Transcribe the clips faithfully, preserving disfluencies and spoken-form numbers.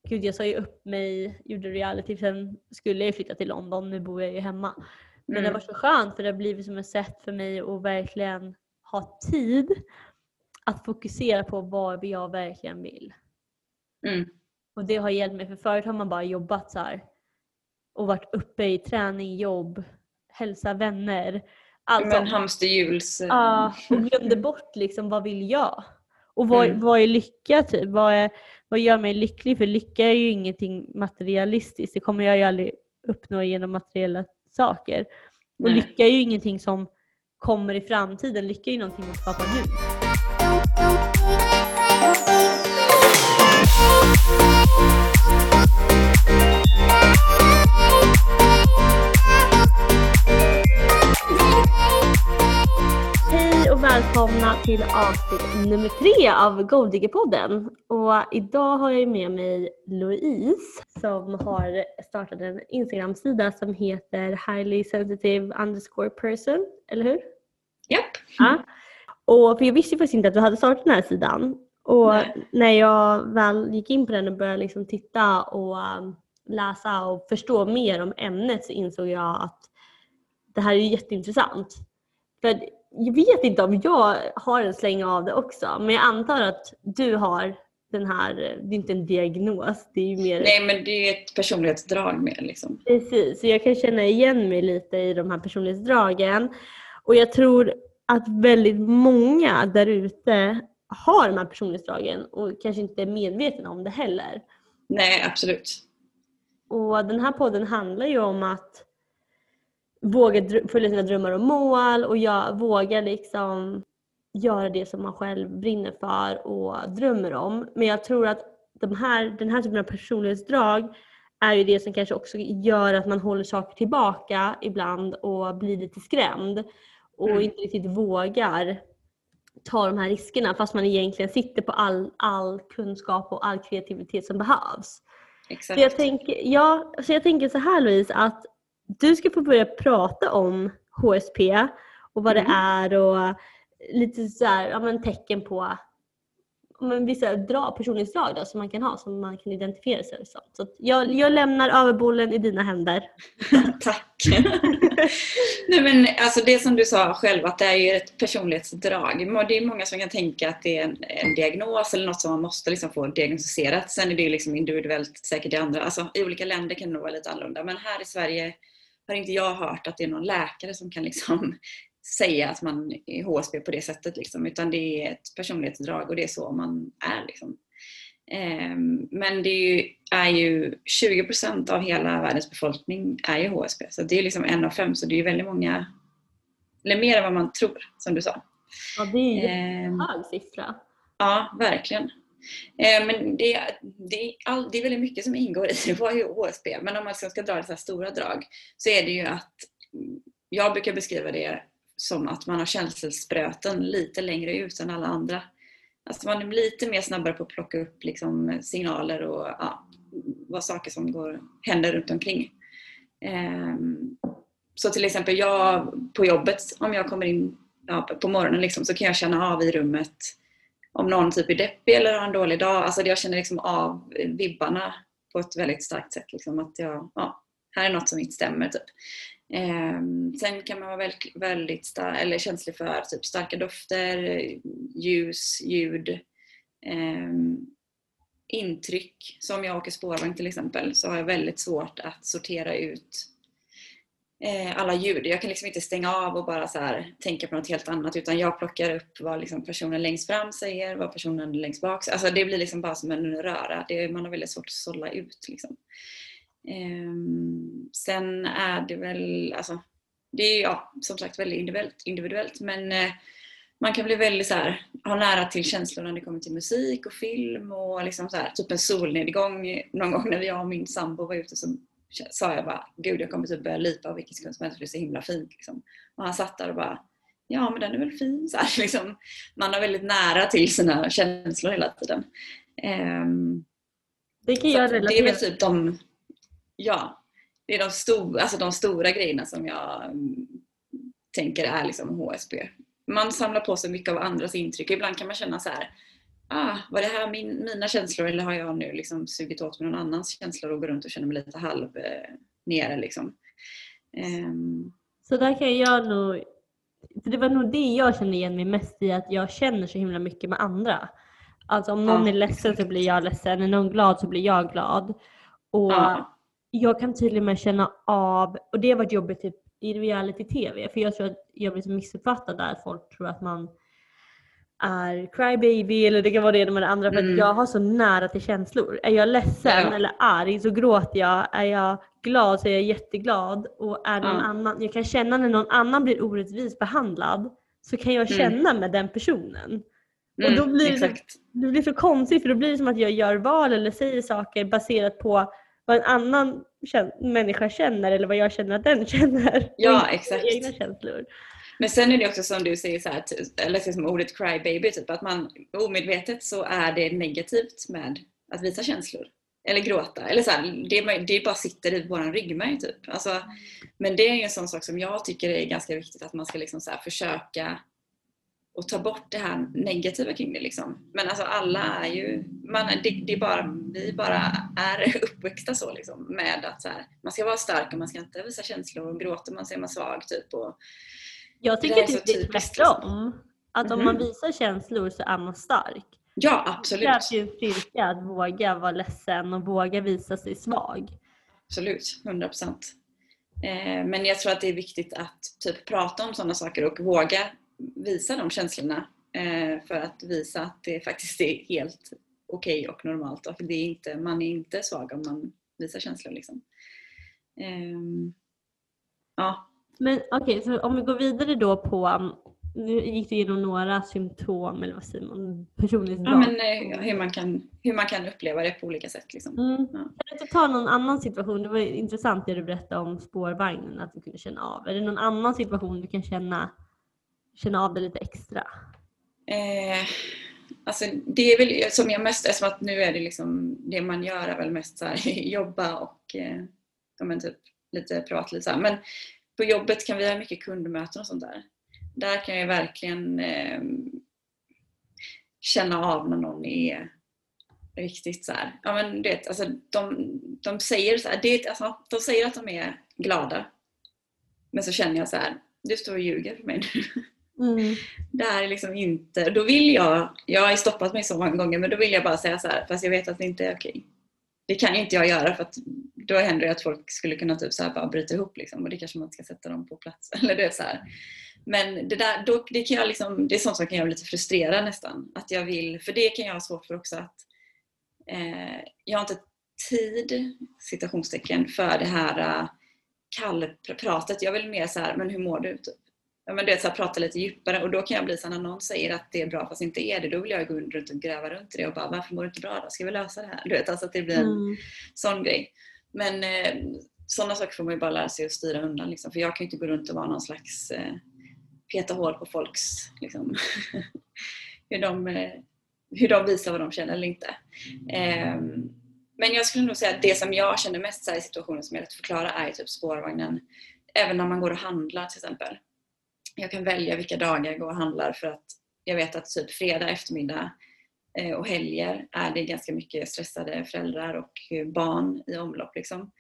gud jag sa ju upp mig, gjorde reality, sen skulle jag flytta till London, nu bor jag ju hemma. Men mm. det var så skönt för det har blivit som ett sätt för mig att verkligen ha tid att fokusera på vad jag verkligen vill. Mm. Och det har hjälpt mig, för förut har man bara jobbat så här och varit uppe i träning, jobb, hälsa, vänner. Allt men hamsterhjuls... Ja, och glömde bort liksom, vad vill jag? Och vad, mm. vad är lycka typ? Vad, är, vad gör mig lycklig? För lycka är ju ingenting materialistiskt. Det kommer jag ju aldrig uppnå genom materiella saker. Och Nej. lycka är ju ingenting som kommer i framtiden. Lycka är ju någonting man skapar nu. Välkomna till avsnitt nummer tre av Golddigger-podden. Och idag har jag med mig Louise som har startat en Instagram-sida som heter highly sensitive underscore person, eller hur? Japp. Ja. Och för jag visste ju faktiskt inte att du hade startat den här sidan. Och Nej. när jag väl gick in på den och började liksom titta och läsa och förstå mer om ämnet så insåg jag att det här är jätteintressant. För jag vet inte om jag har en släng av det också. Men jag antar att du har den här, det är inte en diagnos. Det är ju mer... Nej, men det är ett personlighetsdrag mer liksom. Precis, så jag kan känna igen mig lite i de här personlighetsdragen. Och jag tror att väldigt många där ute har de här personlighetsdragen. Och kanske inte är medvetna om det heller. Nej, absolut. Och den här podden handlar ju om att våga dr- följa sina drömmar och mål och jag vågar liksom göra det som man själv brinner för och drömmer om. Men jag tror att de här, den här typen av personlighetsdrag är ju det som kanske också gör att man håller saker tillbaka ibland och blir lite skrämd och mm. inte riktigt vågar ta de här riskerna fast man egentligen sitter på all, all kunskap och all kreativitet som behövs. Exakt. Så jag tänker, ja, så jag tänker så här Louise, att du ska få börja prata om H S P och vad mm. det är och lite så här, ja, men tecken på men vissa dra, personlighetsdrag då, som man kan ha, som man kan identifiera sig som. Så jag, jag lämnar överbollen i dina händer. Tack. Nej, men alltså det som du sa själv, att det är ju ett personlighetsdrag. Det är många som kan tänka att det är en, en diagnos eller något som man måste liksom få diagnostiserat. Sen är det ju liksom individuellt säkert i andra. Alltså i olika länder kan det nog vara lite annorlunda. Men här i Sverige har inte jag hört att det är någon läkare som kan liksom säga att man är H S P på det sättet liksom, utan det är ett personlighetsdrag och det är så man är liksom. Um, men det är ju, är ju tjugo procent av hela världens befolkning är ju H S P, så det är liksom en av fem, så det är ju väldigt många, eller mer än vad man tror, som du sa. Ja, det är ju en hög um, siffra. Ja, verkligen. Um, men det, det, är all, det är väldigt mycket som ingår i det, vad är H S P, men om man ska dra så här stora drag så är det ju att jag brukar beskriva det som att man har känselspröten lite längre ut än alla andra. Alltså man är lite mer snabbare på att plocka upp liksom signaler och ja, vad saker som går, händer runt omkring. Um, så till exempel jag på jobbet, om jag kommer in ja, på morgonen liksom, så kan jag känna av i rummet om någon typ är deppig eller har en dålig dag. Alltså jag känner liksom av vibbarna på ett väldigt starkt sätt. Liksom, att jag, ja, här är något som inte stämmer typ. Um, sen kan man vara väldigt, väldigt star- eller känslig för typ starka dofter, ljus, ljud, um, intryck. Så om jag åker spårvagn till exempel så har jag väldigt svårt att sortera ut uh, alla ljud. Jag kan liksom inte stänga av och bara så här tänka på något helt annat, utan jag plockar upp vad liksom personen längst fram säger, vad personen längst bak säger. Alltså det blir liksom bara som en röra. Det, man har väldigt svårt att sålla ut liksom. Um, sen är det väl alltså, det är ja, som sagt väldigt individuellt, individuellt men uh, man kan bli väldigt så här, ha nära till känslor när det kommer till musik och film och liksom så här, typ en solnedgång någon gång när jag och min sambo var ute, så sa jag bara, gud jag kommer typ börja lipa av vilken sekund som helst, för det är så himla fint liksom. Och han satt där och bara, ja men den är väl fin så här, liksom. Man har väldigt nära till sina känslor hela tiden. um, Det kan jag relatera. Det är väl typ de Ja, det är de, stor, alltså de stora grejerna som jag mm, tänker är liksom H S P. Man samlar på sig mycket av andras intryck. Ibland kan man känna så här, ah, var det här min, mina känslor eller har jag nu liksom sugit åt mig någon annans känslor och går runt och känner mig lite halv eh, nere liksom. Um. Så där kan jag nog, för det var nog det jag känner igen mig mest i, att jag känner så himla mycket med andra. Alltså om någon Ja, är ledsen exakt. så blir jag ledsen, är någon glad så blir jag glad. Och Ja. jag kan tydligen med känna av, och det har varit jobbigt typ i reality-tv, för jag tror att jag blir så missuppfattad där, att folk tror att man är crybaby eller det kan vara det ena med det andra, för Mm. att jag har så nära till känslor. Är jag ledsen Ja. eller arg så gråter jag, är jag glad så är jag jätteglad, och är någon Ja. annan, jag kan känna när någon annan blir orättvist behandlad, så kan jag känna mm. med den personen. Mm, och då blir exakt. det, det blir så konstigt, för då blir det som att jag gör val eller säger saker baserat på vad en annan kän- människa känner eller vad jag känner att den känner. Ja, exakt. Egna känslor. Men sen är det också som du säger så här, eller som ordet crybaby, typ att man omedvetet så är det negativt med att visa känslor eller gråta eller så här, det, det bara sitter i våran ryggmärg typ. Alltså, men det är ju en sån sak som jag tycker är ganska viktigt, att man ska liksom så här försöka och ta bort det här negativa kring det liksom. Men alltså alla är ju, man, det, det är bara, vi bara är uppväxta så liksom, med att så här, man ska vara stark och man ska inte visa känslor, och gråter man så är man svag typ. Och jag tycker det är, det är tvärtom. Att mm-hmm. om man visar känslor så är man stark. Ja, absolut. Det krävs ju styrka att våga vara ledsen och våga visa sig svag. Absolut, hundra procent. Eh, men jag tror att det är viktigt att typ prata om sådana saker och våga visa de känslorna. Eh, för att visa att det faktiskt är helt okej och normalt. Och det är inte, man är inte svag om man visar känslor liksom. Eh, ja. Men okej, okay, så om vi går vidare då på, nu gick du igenom några symptom, eller vad säger man, personlighetsdrag. Ja, men eh, hur, man kan, hur man kan uppleva det på olika sätt liksom. Mm. Ja. Kan du inte ta någon annan situation? Det var intressant det du berättade om spårvagnen, att du kunde känna av. Är det någon annan situation du kan känna, känna av det lite extra? Eh, alltså det är väl som jag mest, eftersom att nu är det liksom det man gör är väl mest så här, jobba och eh, ja, men typ lite prat lite så här. Men på jobbet kan vi ha mycket kundmöten och sånt där. Där kan jag verkligen eh, känna av när någon är riktigt så här. Ja, men det, alltså, de, de, säger så här, det, alltså, de säger att de är glada. Men så känner jag så här, du står och ljuger för mig nu. Mm. Det här är liksom inte, då vill jag, jag har stoppat mig så många gånger, men då vill jag bara säga så här, fast jag vet att det inte är okej. Det kan inte jag göra, för att då händer det att folk skulle kunna typ så här bara bryta ihop liksom, och det kanske man ska sätta dem på plats eller det är så här. Men det där, då, det kan jag liksom, det är sånt som kan jag bli lite frustrerad nästan, att jag vill, för det kan jag ha svårt för också, att eh, jag har inte tid, citationstecken, för det här uh, kallpratet. Jag vill mer så här, men hur mår du typ? Ja, men det är så här, prata lite djupare, och då kan jag bli så när någon säger att det är bra fast inte är det, då vill jag gå runt och gräva runt det och bara, varför mår du inte bra då? Ska vi lösa det här? Du vet, alltså att det blir en mm. sån grej. Men eh, sådana saker får man ju bara lära sig att styra undan liksom, för jag kan ju inte gå runt och vara någon slags eh, peta hål på folks liksom, hur, de, eh, hur de visar vad de känner eller inte. Eh, men jag skulle nog säga att det som jag känner mest så här, i situationen som jag lätt förklara är typ spårvagnen, även när man går och handlar till exempel. Jag kan välja vilka dagar jag går och handlar, för att jag vet att typ fredag eftermiddag eh, och helger är det ganska mycket stressade föräldrar och barn i omlopp liksom.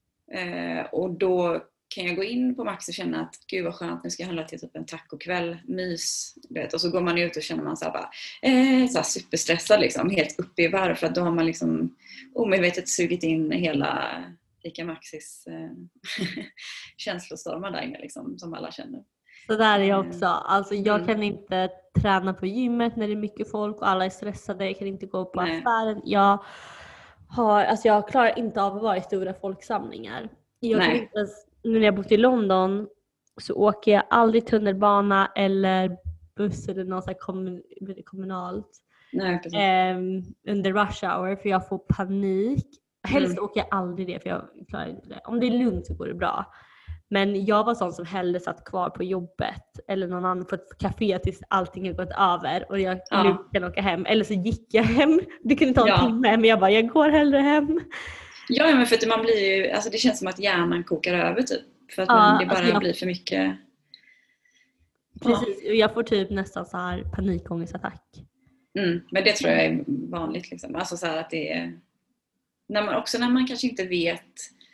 Eh, och då kan jag gå in på Max och känna att gud vad skönt, nu ska jag handla till typ en tacokväll, mys, vet. Och så går man ut och känner man så här bara eh, så här superstressad liksom, helt uppe i varv, för att då har man liksom omedvetet sugit in hela Ica Maxis eh, känslostormar där inne liksom, som alla känner. Så där är jag också. Alltså jag mm. kan inte träna på gymmet när det är mycket folk och alla är stressade. Jag kan inte gå på Nej. affären. Jag har, alltså jag klarar inte av att vara i stora folksamlingar. Jag kan inte, nu när jag bott i London så åker jag aldrig tunnelbana eller buss eller något så här kommun, kommunalt. Nej, eh, under rush hour, för jag får panik. Helst mm. åker jag aldrig det, för jag klarar inte det. Om det är lugnt så går det bra. Men jag var sån som hellre satt kvar på jobbet eller någon annan på ett café tills allting har gått över och jag ja. nu kan åka hem. Eller så gick jag hem. Det kunde ta en ja. timme, men jag bara, jag går hellre hem. Ja, men för att man blir ju, alltså det känns som att hjärnan kokar över typ. För att ja, man, det bara alltså jag, blir för mycket. Precis, ja. jag får typ nästan så här panikångestattack. Mm, men det tror jag är vanligt. Liksom. Alltså så här att det är... När man, också när man kanske inte vet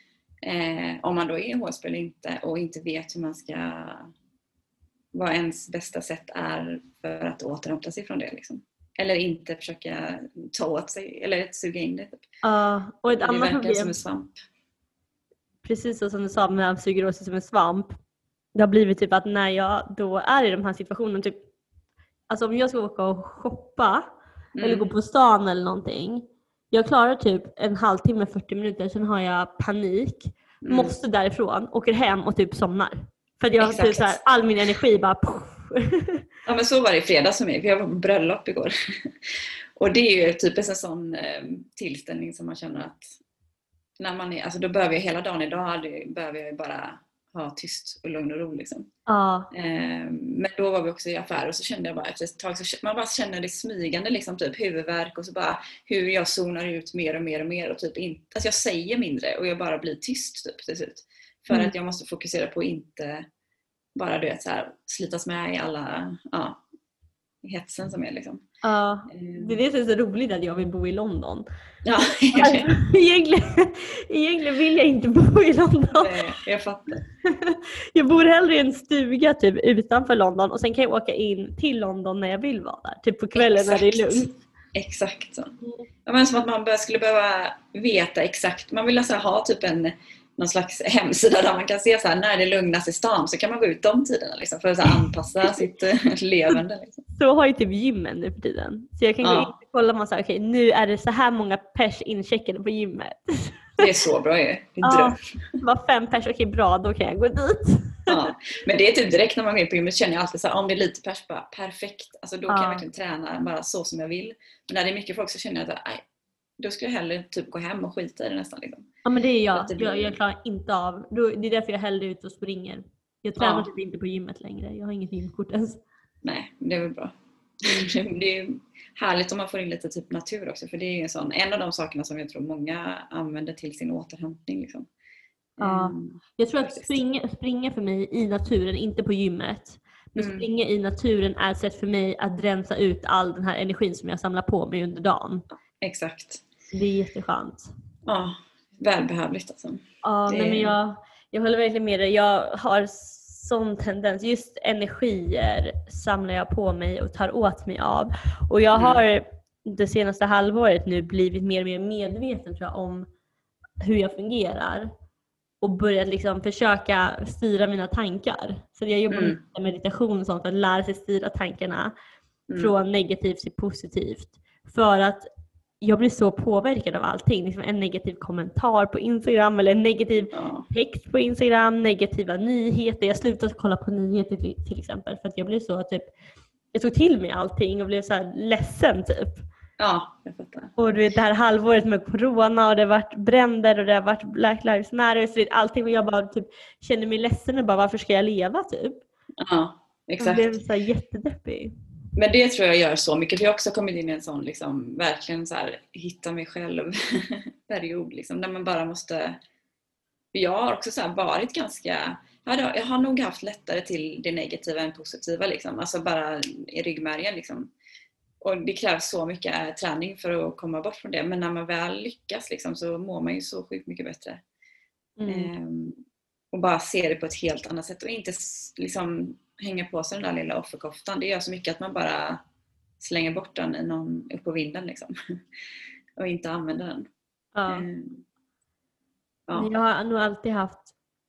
eh, om man då är H S P eller inte och inte vet hur man ska... Vad ens bästa sätt är för att återhämta sig från det. Liksom. Eller inte försöka ta åt sig eller suga in det. Typ. Uh, och ett det annat verkar problem, som en svamp. precis så som du sa med att suger åt sig som en svamp. Det har blivit typ att när jag då är i de här situationerna, typ, alltså om jag ska åka och shoppa mm. eller gå på stan eller någonting. Jag klarar typ en halvtimme, fyrtio minuter, sen har jag panik. Mm. Måste därifrån, åker hem och typ somnar. För att jag har typ så här, all min energi bara... Ja men så var det i fredags för mig, för jag var på bröllop igår. Och det är ju typ en sån eh, tillställning som man känner att när man är, alltså då behöver jag hela dagen idag, det behöver jag bara ha tyst och lugn och ro liksom. Ja. Eh, men då var vi också i affär och så kände jag bara efter ett tag, så man bara känner det smygande liksom, typ huvudvärk och så bara hur jag zonar ut mer och mer och mer och typ inte, alltså jag säger mindre och jag bara blir tyst typ till slut. För mm. att jag måste fokusera på att inte bara du vet, så här, slitas med i alla ja, hetsen som är liksom. Ja, det är det som är så roligt att jag vill bo i London. Ja. Alltså, egentligen, egentligen vill jag inte bo i London. Nej, jag fattar. Jag bor hellre i en stuga typ utanför London och sen kan jag åka in till London när jag vill vara där. Typ på kvällen exakt. När det är lugnt. Exakt så. Ja, men som att man skulle behöva veta exakt. Man vill alltså ha typ en någon slags hemsida där man kan se så här, när det är lugnast i stan så kan man gå ut de tiderna liksom, för att så här, anpassa sitt uh, levande. Liksom. Så har ju typ gymmen nu för tiden. Så jag kan ja. gå in och kolla man säger okej, nu är det så här många pers incheckade på gymmet. Det är så bra ju. Det är ja, det var fem pers, okej bra, då kan jag gå dit. Ja, men det är typ direkt när man går in på gymmet känner jag alltid så här, om det är lite pers bara perfekt. Alltså då kan ja. jag verkligen träna bara så som jag vill. Men när det är mycket folk så känner jag att aj, då skulle jag hellre typ gå hem och skita i det nästan. Liksom. Ja men det är jag. Blir... jag. Jag klarar inte av. Det är därför jag hellre ut och springer. Jag tränar ja. typ inte på gymmet längre. Jag har inget gymkort ens. Nej, det är väl bra. Mm. Det är härligt om man får in lite typ natur också. För det är en, sån, en av de sakerna som jag tror många använder till sin återhämtning. Liksom. Ja. Mm. Jag tror att springa, springa för mig i naturen, inte på gymmet. Men mm. springa i naturen är ett sätt för mig att rensa ut all den här energin som jag samlar på mig under dagen. Exakt. Det är jätteskönt. Ja, välbehövligt alltså. Ja, det... nej, men jag, jag håller verkligen med dig. Jag har sån tendens. Just energier samlar jag på mig och tar åt mig av. Och jag har mm. det senaste halvåret nu blivit mer och mer medveten tror jag, om hur jag fungerar. Och börjat liksom försöka styra mina tankar. Så jag jobbar mm. med meditation och sånt för att lära sig styra tankarna mm. från negativt till positivt. För att jag blir så påverkad av allting. Liksom en negativ kommentar på Instagram eller en negativ ja. text på Instagram, negativa nyheter. Jag slutade kolla på nyheter till, till exempel för att jag blev så typ, jag tog till mig allting och blev så här ledsen typ. Ja, jag fattar. Och du vet det här halvåret med corona och det har varit bränder och det har varit Black Lives Matter så vet, allting och jag bara typ känner mig ledsen och bara varför ska jag leva typ? Ja, exakt. Jag blev så här jättedeppig. Men det tror jag gör så mycket. Vi har också kommit in i en sån liksom, verkligen så här, hitta mig själv period liksom, där man bara måste. Jag har också så här varit ganska, jag har, jag har nog haft lättare till det negativa än positiva liksom, alltså bara i ryggmärgen liksom. Och det krävs så mycket träning för att komma bort från det, men när man väl lyckas liksom, så mår man ju så sjukt mycket bättre. Mm. Ehm, och bara se det på ett helt annat sätt och inte liksom hänga på sig den där lilla offerkoftan. Det gör så mycket att man bara slänger bort den i någon, upp på vinden liksom. Och inte använder den. Ja. Mm. Ja. Jag har nog alltid haft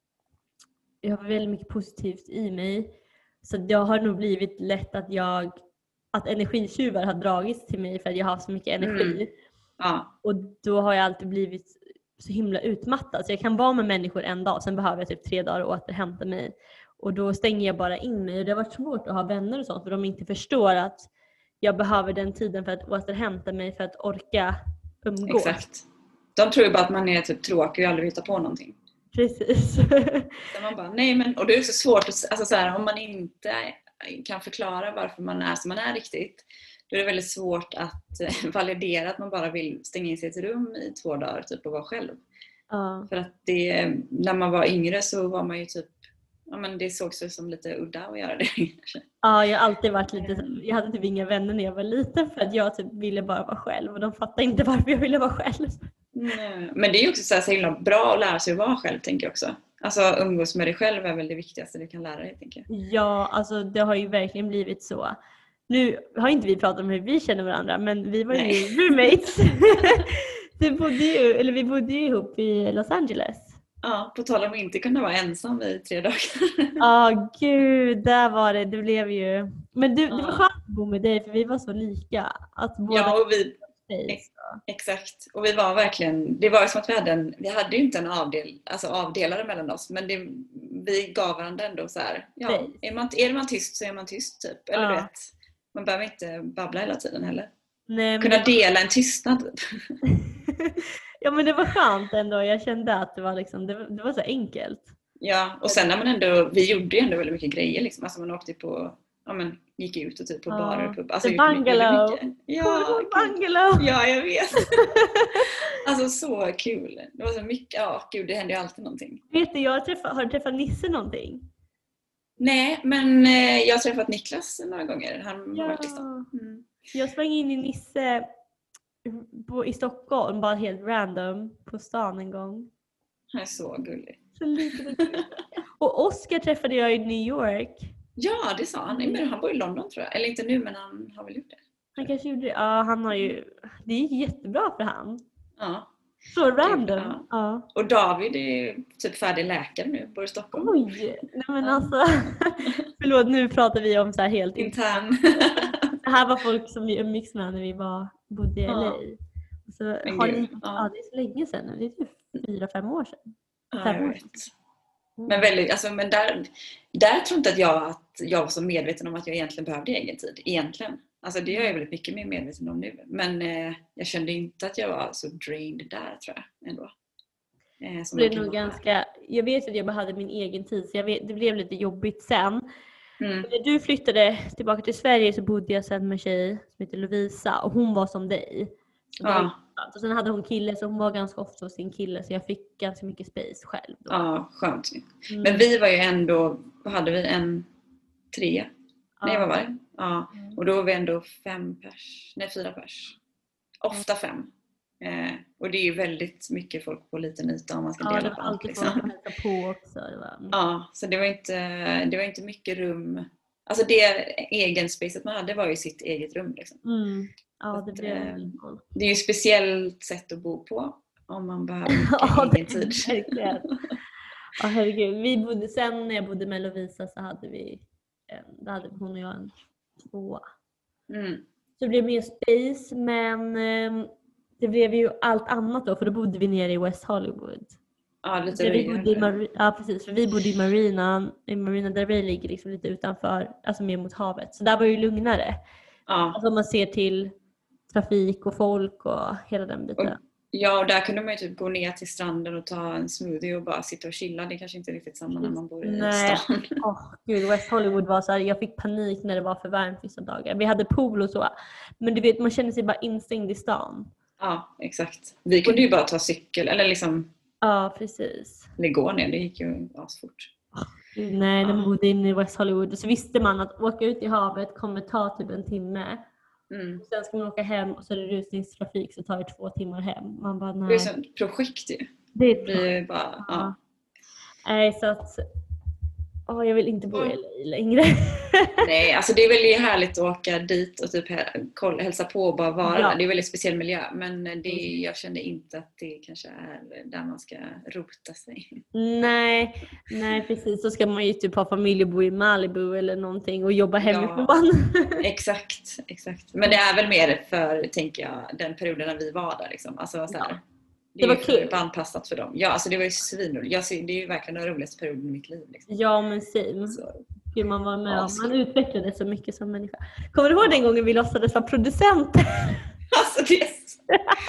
jag har väldigt mycket positivt i mig. Så det har nog blivit lätt att jag att energitjuvar har dragits till mig för att jag har så mycket energi. Mm. Ja. Och då har jag alltid blivit så himla utmattad. Så jag kan vara med människor en dag, sen behöver jag typ tre dagar att återhämta mig. Och då stänger jag bara in mig. Och det har varit svårt att ha vänner och sånt. För de inte förstår att jag behöver den tiden för att återhämta mig. För att orka umgås. Exakt. De tror ju bara att man är typ tråkig och aldrig hittar på någonting. Precis. Så man bara, nej men, och det är så svårt. Alltså så här, om man inte kan förklara varför man är som man är riktigt. Då är det väldigt svårt att validera att man bara vill stänga in sig i ett rum i två dagar typ och vara själv. Uh. För att det, när man var yngre så var man ju typ ja, men det sågs som lite udda att göra det. Ja, jag har alltid varit lite, jag hade typ inga vänner när jag var liten för att jag typ ville bara vara själv och de fattade inte varför jag ville vara själv. Nej. Men det är ju också så, här, så himla bra att lära sig att vara själv, tänker jag också. Alltså umgås med dig själv är väl det viktigaste du kan lära dig, tänker jag. Ja, alltså det har ju verkligen blivit så. Nu har inte vi pratat om hur vi känner varandra, men vi var ju Nej. roommates. vi, bodde ju, eller vi bodde ju ihop i Los Angeles. Ja, på tal om att inte kunna vara ensam i tre dagar. Ja, oh, gud, där var det. Det blev ju... Men du, ja. det var skönt att bo med dig för vi var så lika. Att båda ja, och vi... Ex- exakt. Och vi var verkligen... Det var som att vi hade en... Vi hade ju inte en avdel, alltså avdelare mellan oss, men det, vi gav varandra ändå så här... Ja, är man, är man tyst så är man tyst, typ. Eller ja. du vet, man behöver inte babbla hela tiden heller. Nej, kunna men... dela en tystnad. Ja, men det var skönt ändå. Jag kände att det var, liksom, det var, det var så enkelt. Ja, och sen när man ändå, vi gjorde ju ändå väldigt mycket grejer liksom. Alltså man åkte på, ja men gick ut och typ på ja. barer och pub. Alltså The bungalow. Mycket, ja, bungalow. Ja, jag vet. Alltså så kul. Det var så mycket, ja gud, det hände ju alltid någonting. Vet du, jag träffat, har du träffat Nisse någonting? Nej, men eh, jag har träffat Niklas några gånger. Han ja. har varit i stan. Mm. Jag sprang in i Nisse på, i Stockholm, bara helt random på stan en gång. Han är så gullig. Så lite och Oscar träffade jag i New York. Ja, det sa han. Men han bor i London tror jag. Eller inte nu, men han har väl gjort det. Han kanske gjorde det. Ja, han har ju... Det gick jättebra för han. Ja. Så random. Ja. Ja. Och David är typ färdig läkare nu, bor i Stockholm. Oj! Nej men ja. alltså... Förlåt, nu pratar vi om så här helt... Intern. Det här var folk som vi umgicks med när vi var, bodde i L A. Ja. Så men har gud, ni, ja. ja, det är så länge sedan nu. Det är typ fyra, fem år sedan. Ja, fem jag år vet. sedan. Men, väldigt, alltså, men där, där tror inte att jag, att jag var så medveten om att jag egentligen behövde egen tid. Egentligen. Alltså det är jag väldigt mycket mer medveten om nu. Men eh, jag kände inte att jag var så drained där, tror jag. Ändå. Eh, som det är nog ganska, jag vet att jag hade min egen tid. Så jag vet, det blev lite jobbigt sen. Mm. När du flyttade tillbaka till Sverige så bodde jag sen med en tjej som heter Lovisa. Och hon var som dig. Så ja. Och sen hade hon kille så hon var ganska ofta hos sin kille. Så jag fick ganska mycket space själv då. Ja, skönt. Mm. Men vi var ju ändå, vad hade vi? En tre? Ja. Nej, vad var det? Ja. Mm. Och då var vi ändå fem pers. Nej, fyra pers. Ofta fem. Eh, och det är ju väldigt mycket folk på liten yta om man ska ja, dela det var på allt. alltid Liksom. folk som hälsade på också. Det var... Ja, så det var, inte, det var inte mycket rum. Alltså det egen spacet man hade var ju sitt eget rum. Liksom. Mm. Ja, det att, blev eh, en det är ju ett speciellt sätt att bo på om man behöver mycket ja, egen tid. Verkligen. Ja, herregud. Vi bodde, sen när jag bodde med Lovisa så hade vi en, då hade hon och jag en tvåa. Mm. Så det blev mer space, men eh, det blev ju allt annat då, för då bodde vi nere i West Hollywood. Ja, lite så vi bodde i Mar- ja, precis. För vi bodde i Marina, i Marina Del Rey ligger liksom lite utanför, alltså mer mot havet. Så där var det ju lugnare. Ja. Alltså om man ser till trafik och folk och hela den biten. Och, ja, och där kunde man ju typ gå ner till stranden och ta en smoothie och bara sitta och chilla. Det är kanske inte riktigt samma när man bor i Nej. stan. Oh, gud, West Hollywood var så här, jag fick panik när det var för varmt vissa dagar. Vi hade pool och så. Men du vet, man känner sig bara instängd i stan. Ja, exakt. Vi kunde ju bara ta cykel eller liksom ja, precis. Eller gå ner, det gick ju asfort. Nej, när man bodde inne i West Hollywood så visste man att åka ut i havet kommer ta typ en timme. Mm. Sen ska man åka hem och så är det rusningstrafik så tar det två timmar hem. Man bara, nej. Det är så ett projekt ju. Det är ett det blir bara, ja. ja. Nej, så att åh, jag vill inte bo i L A längre. Nej, alltså det är väldigt härligt att åka dit och typ kolla, hälsa på och bara vara ja. där. Det är en väldigt speciell miljö, men det, jag kände inte att det kanske är där man ska rota sig. Nej, nej precis. Så ska man ju typ ha familj och bo i Malibu eller någonting och jobba hemifrån. Ja, exakt, exakt. Men det är väl mer för, tänker jag, den perioden när vi var där liksom. Alltså så här. Ja. Det, det var kul. För, anpassat för dem. Ja, alltså det var ju svinroligt. Jag ser, det är ju verkligen den roligaste perioden i mitt liv. Liksom. Ja, men same. Hur man var med ja, om. Man utvecklade så mycket som människa. Kommer du ihåg den gången vi låtsades vara producenter? Alltså det är så...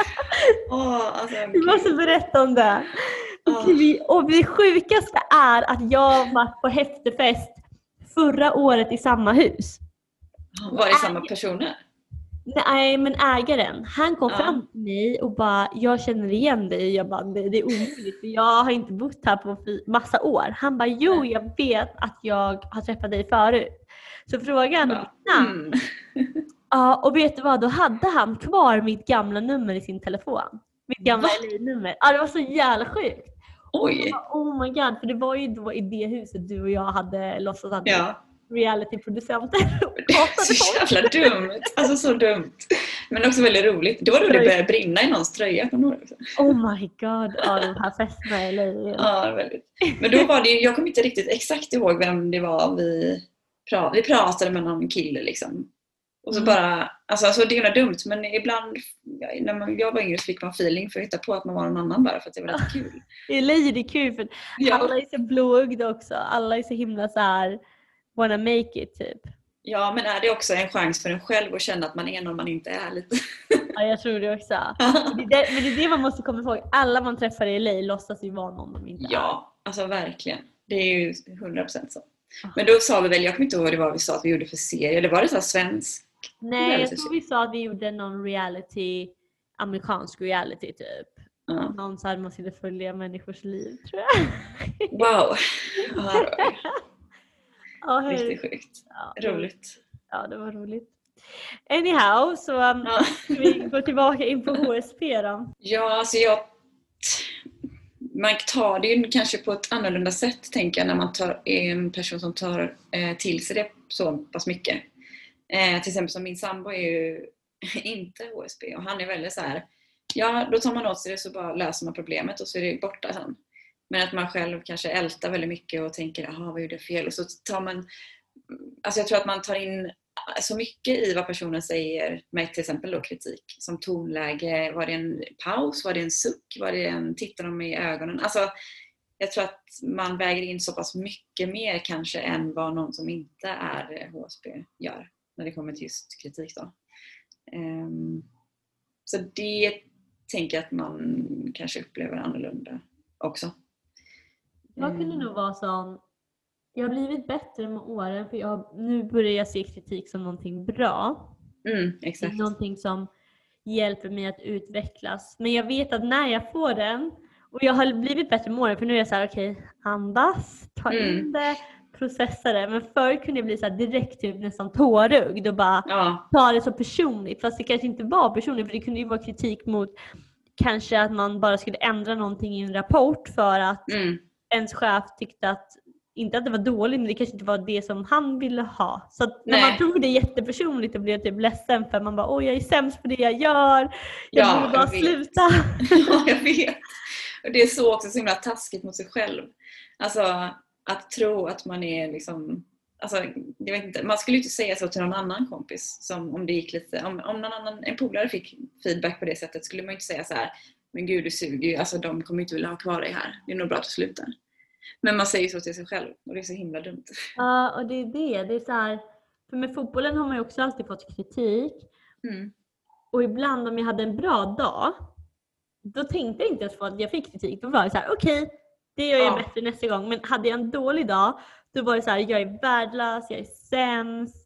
oh, alltså, du måste berätta om det. Oh. Och, vi, och det sjukaste är att jag var på häftefest förra året i samma hus. Var det samma personer? Nej, men ägaren, han kom Ja. fram till mig och bara, jag känner igen dig. Jag bara, det, det är omöjligt för jag har inte bott här på massa år. Han bara, jo jag vet att jag har träffat dig förut. Så frågade han om Ja. mitt namn. Mm. Ja, och vet du vad, då hade han kvar mitt gamla nummer i sin telefon. Mitt gamla Va? L A-nummer. Ja, det var så jävla sjukt. Oj. Jag bara, oh my god, för det var ju då i det huset du och jag hade låtsats att Ja. realityproducenter. Så jävla dumt. Alltså så dumt. Men också väldigt roligt. Det var då det började brinna i någons tröja. Oh my god, ja, de här festerna i L A. Ja, väldigt. Men då var det ju, jag kommer inte riktigt exakt ihåg vem det var vi pratade, vi pratade med någon kille liksom. Och så Mm. bara, alltså, alltså det är ju dumt, men ibland när man, jag var yngre så fick man feeling för att hitta på att man var någon annan bara för att det var lite kul. I L A är det kul för Ja. alla är så blåögda också. Alla är så himla så här wanna make it typ. Ja, men är det också en chans för en själv att känna att man är någon man inte är lite? Ja, jag tror det också. Men det, är- men det är det man måste komma ihåg. Alla man träffar i L A låtsas ju vara någon de inte är. Ja, alltså verkligen. Det är ju hundra procent så. Men då sa vi väl, jag kommer inte ihåg vad det var vi sa att vi gjorde för serie. Det var det så här svensk? Nej, jag tror vi sa att vi gjorde någon reality, amerikansk reality typ. Ja. Någon så här man skulle följa människors liv, tror jag. Wow. Ja, Ja, hej. riktigt sjukt. Ja, Roligt. Ja, det var roligt. Anyhow, så um, Ja. ska vi gå tillbaka in på H S P då. Ja, alltså jag... Man tar det ju kanske på ett annorlunda sätt, tänker jag, när man tar, är en person som tar eh, till sig det så pass mycket. Eh, till exempel som min sambo är ju inte H S P och han är väldigt så här. Ja, då tar man åt sig det så bara löser man problemet och så är det borta sen. Men att man själv kanske ältar väldigt mycket och tänker, jaha, vad gjorde jag fel? Och så tar man... Alltså jag tror att man tar in så mycket i vad personen säger med till exempel då kritik. Som tonläge, var det en paus, var det en suck, var det en tittar de i ögonen? Alltså jag tror att man väger in så pass mycket mer kanske än vad någon som inte är H S P gör. När det kommer till just kritik då. Um, så det tänker jag att man kanske upplever annorlunda också. Jag kunde nog vara sån, jag har blivit bättre med åren för jag, nu börjar jag se kritik som någonting bra. Mm, exakt. Någonting som hjälper mig att utvecklas. Men jag vet att när jag får den, och jag har blivit bättre med åren för nu är jag så här, okej, okay, andas, ta Mm. in det, processa det. Men förr kunde jag bli så här direkt typ nästan tårögd och bara Ja. ta det så personligt. Fast det kanske inte var personligt, för det kunde ju vara kritik mot kanske att man bara skulle ändra någonting i en rapport för att Mm. ens chef tyckte att, inte att det var dåligt, men det kanske inte var det som han ville ha. Så att när Nej. man tog det jättepersonligt och blev typ ledsen för man bara, oj jag är sämst på det jag gör. Jag Ja, borde bara jag vet. sluta. Ja, jag vet. Och det är så också så himla taskigt mot sig själv. Alltså att tro att man är liksom... Alltså, jag vet inte, man skulle ju inte säga så till någon annan kompis som om det gick lite, om, om någon annan, en polare fick feedback på det sättet skulle man ju inte säga så här, men gud du suger ju, alltså de kommer inte vilja ha kvar dig här, det är nog bra att du slutar. Men man säger så till sig själv och det är så himla dumt. Ja, och det är det, det är så här, för med fotbollen har man ju också alltid fått kritik. Mm. Och ibland om jag hade en bra dag, då tänkte jag inte ens på att jag fick kritik. Då var det så här, okej, okay, det gör jag Ja. bättre nästa gång. Men hade jag en dålig dag, då var det så här, jag är värdelös, jag är sämst.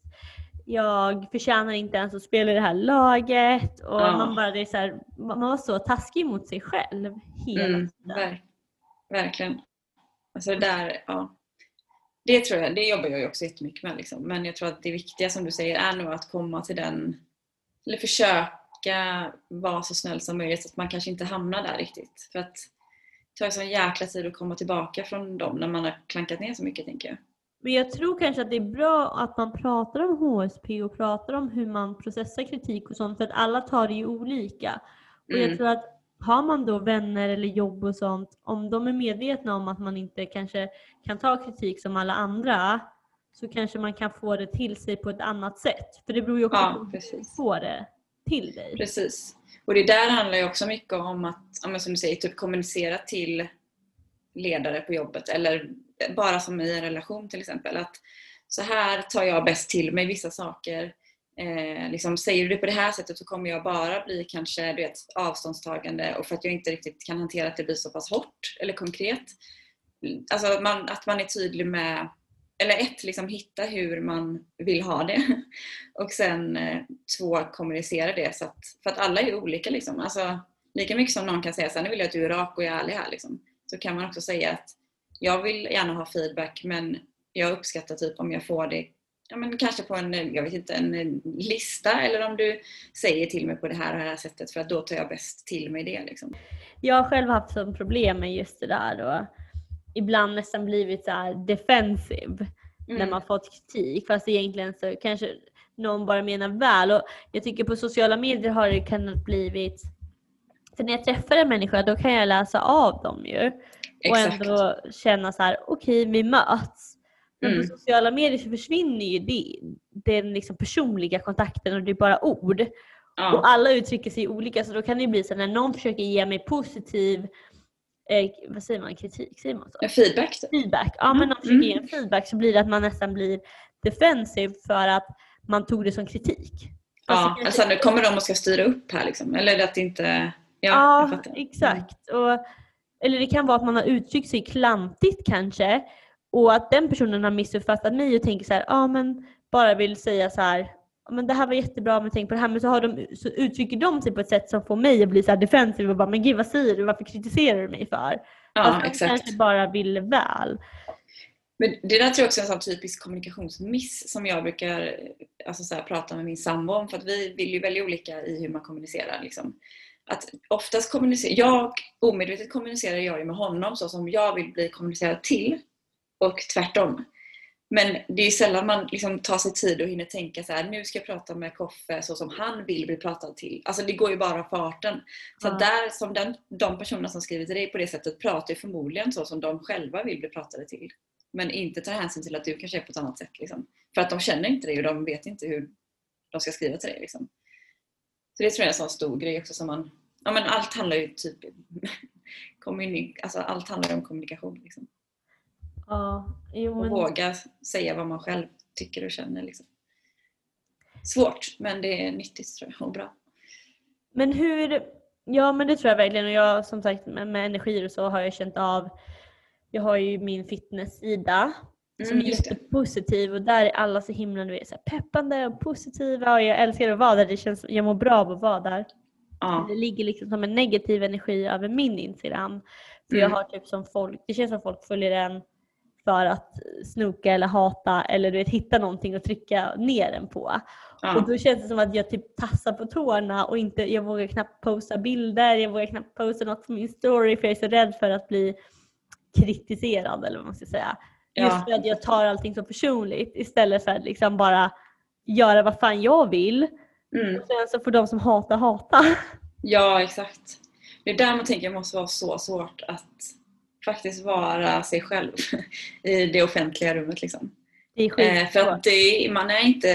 Jag förtjänar inte ens att spela i det här laget. Och Ja. man bara, det är så här, man var så taskig mot sig själv hela Mm, tiden. verk, verkligen. Alltså det där, ja. Det tror jag, det jobbar jag ju också jättemycket med liksom. Men jag tror att det viktiga som du säger är nog att komma till den, eller försöka vara så snäll som möjligt så att man kanske inte hamnar där riktigt. För att det tar ju sån jäkla tid att komma tillbaka från dem när man har klankat ner så mycket, tänker jag. Men jag tror kanske att det är bra att man pratar om H S P och pratar om hur man processar kritik och sånt, för att alla tar det ju olika. Och Mm. jag tror att har man då vänner eller jobb och sånt, om de är medvetna om att man inte kanske kan ta kritik som alla andra, så kanske man kan få det till sig på ett annat sätt. För det beror ju också Ja, på hur du precis. får det till dig. Precis. Och det där handlar ju också mycket om att, som du säger, typ kommunicera till ledare på jobbet eller bara som i en relation till exempel. Att så här tar jag bäst till mig vissa saker. Eh, liksom, säger du det på det här sättet så kommer jag bara bli kanske du vet, avståndstagande och för att jag inte riktigt kan hantera att det blir så pass hårt eller konkret. Alltså man, att man är tydlig med eller ett, liksom hitta hur man vill ha det. Och sen eh, två, kommunicera det. Så att, för att alla är ju olika liksom. Alltså, lika mycket som någon kan säga så här, nu vill jag att du är rak och ärlig här liksom. Så kan man också säga att jag vill gärna ha feedback, men jag uppskattar typ om jag får det, ja, men kanske på en, jag vet inte, en lista, eller om du säger till mig på det här och det här sättet, för att då tar jag bäst till mig det liksom. Jag har själv haft som problem med just det där och ibland nästan blivit så här defensive mm. när man fått kritik, fast egentligen så kanske någon bara menar väl. Och jag tycker på sociala medier har det kunnat blivit, för när jag träffar en människa då kan jag läsa av dem ju. Och Exakt. ändå känna så här, okej, okay, vi möts. Men mm. på sociala medier så försvinner ju det, den liksom personliga kontakten och det är bara ord. Ja. Och alla uttrycker sig olika, så då kan det bli så när någon försöker ge mig positiv eh, vad säger man, kritik? Säger man så? En feedback. Så. Feedback. Ja, mm. men någon försöker mm. ge en feedback så blir det att man nästan blir defensiv för att man tog det som kritik. Ja, alltså, alltså nu kommer de och ska styra upp här liksom. Eller att det inte... Ja, ja exakt. Och, eller det kan vara att man har uttryckt sig klantigt kanske. Och att den personen har missuppfattat mig och tänker så här, ja men bara vill säga så här, men det här var jättebra, men tänk på det här. Men så, har de, så uttrycker de sig på ett sätt som får mig att bli så här defensiv och bara, men gud vad säger du? Varför kritiserar du mig för? Ja, fast exakt. de kanske bara vill väl. Men det där tror jag också är en sån typisk kommunikationsmiss som jag brukar alltså så här, prata med min sambo om. För att vi vill ju väldigt olika i hur man kommunicerar liksom. Att oftast kommunicerar jag, omedvetet kommunicerar jag ju med honom så som jag vill bli kommunicerad till. Och tvärtom. Men det är sällan man liksom tar sig tid och hinner tänka så här, nu ska jag prata med Koffe så som han vill bli pratad till. Alltså det går ju bara farten. Så ja. Där, som den, de personerna som skriver till dig på det sättet pratar ju förmodligen så som de själva vill bli pratade till. Men inte tar hänsyn till att du kanske är på ett annat sätt. Liksom. För att de känner inte dig och de vet inte hur de ska skriva till dig. Liksom. Så det tror jag är en sån stor grej också som man... Ja men allt handlar ju typ... kommunik- alltså allt handlar om kommunikation liksom. Ja, jo, men... Och våga säga vad man själv tycker och känner. Liksom. Svårt, men det är nyttigt tror jag och bra. Men hur... Ja, men det tror jag verkligen. Och jag som sagt med, med energier och så har jag känt av... Jag har ju min fitness-sida som mm, är jättepositiv. Och där är alla så himla du vet, så här, peppande och positiva. Och jag älskar att vara där. Det känns, jag mår bra av att vara där. Ja. Det ligger liksom som en negativ energi över min Instagram. För mm. jag har typ som folk... Det känns som folk följer den för att snoka eller hata eller du vet, hitta någonting och trycka ner den på. Ja. Och då känns det som att jag typ tassar på tårna och inte, jag vågar knappt posta bilder, jag vågar knappt posta något på min story för jag är så rädd för att bli kritiserad eller vad man ska säga. Ja. Just för att jag tar allting så personligt istället för att liksom bara göra vad fan jag vill. Mm. Och sen så får de som hatar hata. Ja, exakt. Det är där man tänker att det måste vara så svårt att faktiskt vara sig själv i det offentliga rummet liksom. Det är skit. Eh, för att det, man är inte,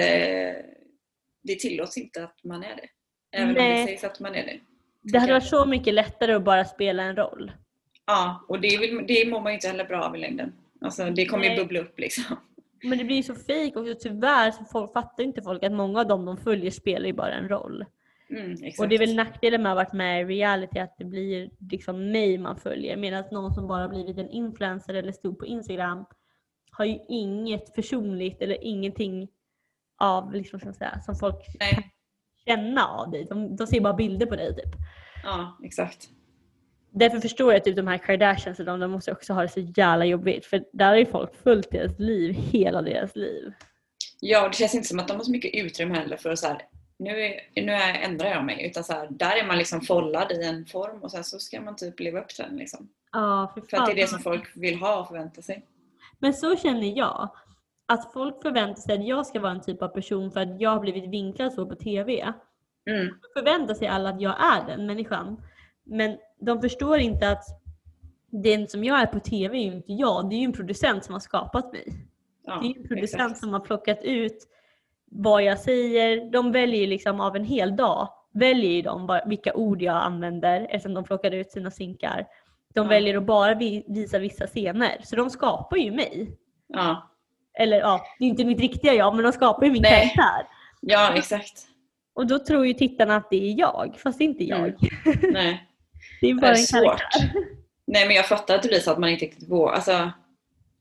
det tillåts inte att man är det. Även Nej. om det sägs att man är det. Det hade varit så mycket lättare att bara spela en roll. Ja, och det, vill, det mår man ju inte heller bra av i längden. Alltså det kommer Nej. ju bubbla upp liksom. Men det blir ju så fejk och tyvärr så folk, fattar inte folk att många av dem de följer spelar ju bara en roll. Mm, exakt. Och det är väl nackdelen med att ha varit med i reality att det blir liksom mig man följer. Medan någon som bara blivit en influencer eller stod på Instagram har ju inget personligt eller ingenting av liksom, som, säga, som folk Nej. kan känna av dig. De, de ser bara bilder på dig typ. Ja, exakt. Därför förstår jag att typ, de här Kardashians de, de måste också ha det så jävla jobbigt. För där är ju folk följt deras liv, hela deras liv. Ja, det känns inte som att de har så mycket utrymme heller för att så här, nu, nu ändrar jag mig. Utan så här, där är man liksom follad i en form och sen så ska man typ leva upp till den liksom. Ja, för, för att det är det som folk vill ha och förvänta sig. Men så känner jag. Att folk förväntar sig att jag ska vara en typ av person för att jag har blivit vinklad så på tv. Mm. Förväntar sig alla att jag är den människan. Men de förstår inte att den som jag är på tv är ju inte jag. Det är ju en producent som har skapat mig. Ja, det är ju en producent exakt. Som har plockat ut vad jag säger. De väljer liksom av en hel dag. Väljer ju de vilka ord jag använder eftersom de plockar ut sina synkar. De ja. väljer att bara visa vissa scener. Så de skapar ju mig. Ja. Eller ja, det är inte mitt riktiga jag, men de skapar ju min Nej. karaktär. Ja, exakt. Och då tror ju tittarna att det är jag, fast det är inte jag. Mm. Nej. Det är bara det är en svårt. karaktär. Nej, men jag fattar att det blir så att man inte riktigt vågar. Alltså,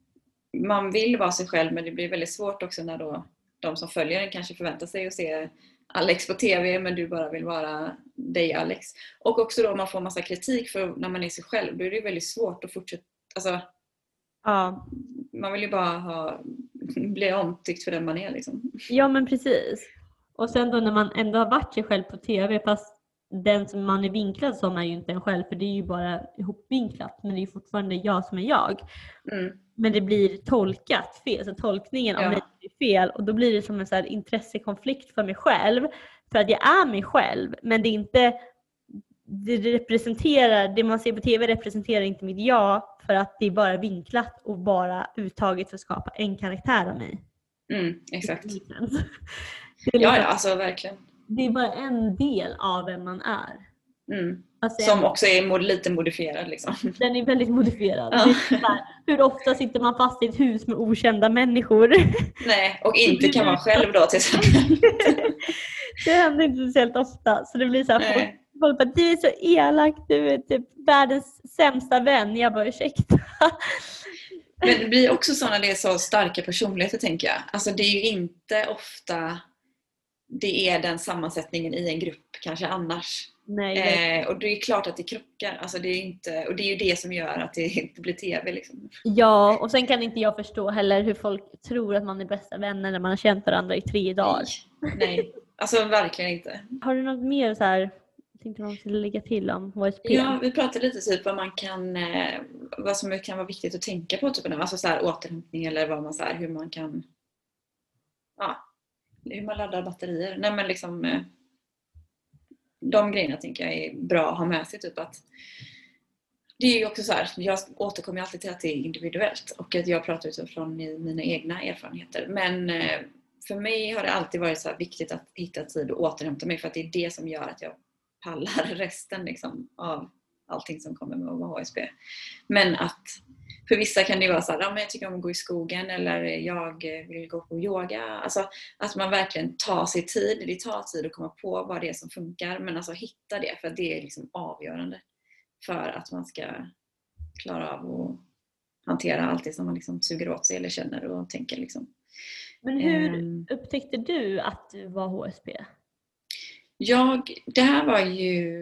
man vill vara sig själv, men det blir väldigt svårt också när då de som följer den kanske förväntar sig att se Alex på tv, men du bara vill vara dig Alex. Och också då man får massa kritik för när man är sig själv, då är det väldigt svårt att fortsätta, alltså Ja. man vill ju bara ha, bli omtyckt för den man är liksom. Ja, men precis. Och sen då när man ändå har varit sig själv på tv, fast den som man är vinklad som är ju inte en själv, för det är ju bara ihopvinklat, men det är ju fortfarande jag som är jag. Mm. Men det blir tolkat fel, så tolkningen av Ja. mig blir fel, och då blir det som en så här intressekonflikt för mig själv, för att jag är mig själv, men det är inte, det representerar, det man ser på tv representerar inte mitt jag, för att det är bara vinklat och bara uttaget för att skapa en karaktär av mig. Mm, exakt. Det är Ja, liksom, ja, alltså verkligen. det är bara en del av vem man är. Mm. Alltså, Som också är mod- lite modifierad liksom. Den är väldigt modifierad. Ja. Det är så här, hur ofta sitter man fast i ett hus med okända människor? Nej, och inte kan man själv då till exempel. Det händer inte speciellt ofta. Så det blir så här, folk, Nej. folk bara, du är så elak, du är typ världens sämsta vän. Jag bara, ursäkta. Men det blir också så när det är så starka personligheter, tänker jag. Alltså det är ju inte ofta det är den sammansättningen i en grupp kanske annars. Nej, det... eh, och det är klart att det krockar. Alltså det är inte, och det är ju det som gör att det inte blir tv liksom. Ja, och sen kan inte jag förstå heller hur folk tror att man är bästa vänner när man har känt varandra i tre dagar. Nej, nej. Alltså verkligen inte. Har du något mer så här, jag tänkte man skulle lägga till om H S P? Ja, vi pratade lite typ vad man kan, eh, vad som kan vara viktigt att tänka på typ, alltså så här återhämtning, eller vad man så här, hur man kan, ja, hur man laddar batterier. Nej, men liksom eh, de grejerna tänker jag är bra att ha med sig, typ att det är ju också så här, jag återkommer alltid till att det är individuellt och att jag pratar utifrån mina egna erfarenheter, men eh, för mig har det alltid varit så här viktigt att hitta tid och återhämta mig, för att det är det som gör att jag pallar resten liksom av allting som kommer med att vara H S P. Men att för vissa kan det vara så här, ja, men jag tycker om att gå i skogen, eller jag vill gå på yoga. Alltså att man verkligen tar sig tid. Det tar tid att komma på vad det är som funkar, men alltså hitta det, för det är liksom avgörande för att man ska klara av att hantera allt det som man liksom suger åt sig eller känner och tänker liksom. Men hur Um, upptäckte du att du var H S P? Jag, det här var ju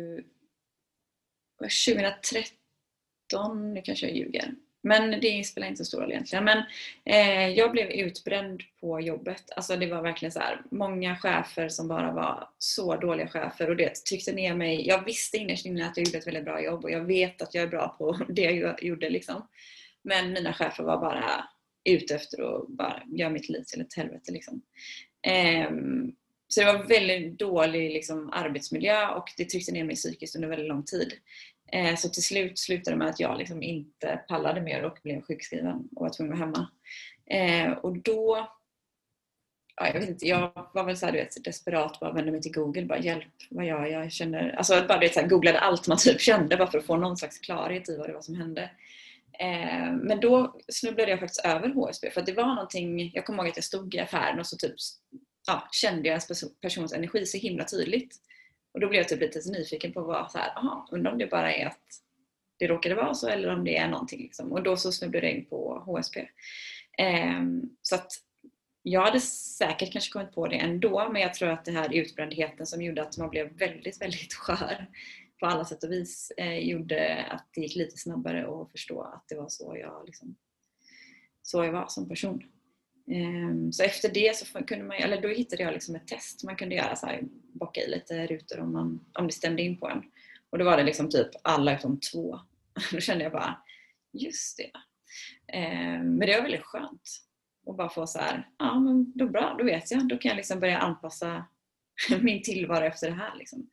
tjugohundratretton, nu kanske jag ljuger. Men det spelar inte så stor roll egentligen. Men eh, jag blev utbränd på jobbet. Alltså det var verkligen så här, många chefer som bara var så dåliga chefer. Och det tryckte ner mig. Jag visste innerst inne att jag gjorde ett väldigt bra jobb. Och jag vet att jag är bra på det jag gjorde liksom. Men mina chefer var bara ute efter att bara göra mitt liv till ett helvete liksom. Eh, så det var väldigt dålig liksom, arbetsmiljö. Och det tryckte ner mig psykiskt under väldigt lång tid. Så till slut slutade det med att jag liksom inte pallade mer och blev sjukskriven och var tvungen att vara hemma. Eh, och då, ja, jag vet inte, jag var väl så här, du vet, desperat, bara vände mig till Google, bara hjälp, vad gör jag? Jag känner, alltså bara det så här, googlade allt man typ kände bara för att få någon slags klarhet i vad det var som hände. Eh, men då snubblade jag faktiskt över H S P, för att det var någonting, jag kommer ihåg att jag stod i affären och så typ, ja, kände jag en persons energi så himla tydligt. Och då blev jag typ lite nyfiken på vad så här, aha, undrar om det bara är att det råkade vara så, eller om det är någonting liksom. Och då så snubblade jag in på H S P. Ehm, så att jag hade säkert kanske kommit på det ändå, men jag tror att det här utbrändheten som gjorde att man blev väldigt, väldigt skör på alla sätt och vis eh, gjorde att det gick lite snabbare att förstå att det var så jag liksom, så jag var som person. Så efter det så kunde man, eller då hittade jag liksom ett test man kunde göra, så här, bocka i lite rutor om, man, om det stämde in på en. Och då var det liksom typ alla utom två. Då kände jag bara, just det. Men det var väldigt skönt. Och bara få så här, ja men då bra, då vet jag. Då kan jag liksom börja anpassa min tillvaro efter det här liksom.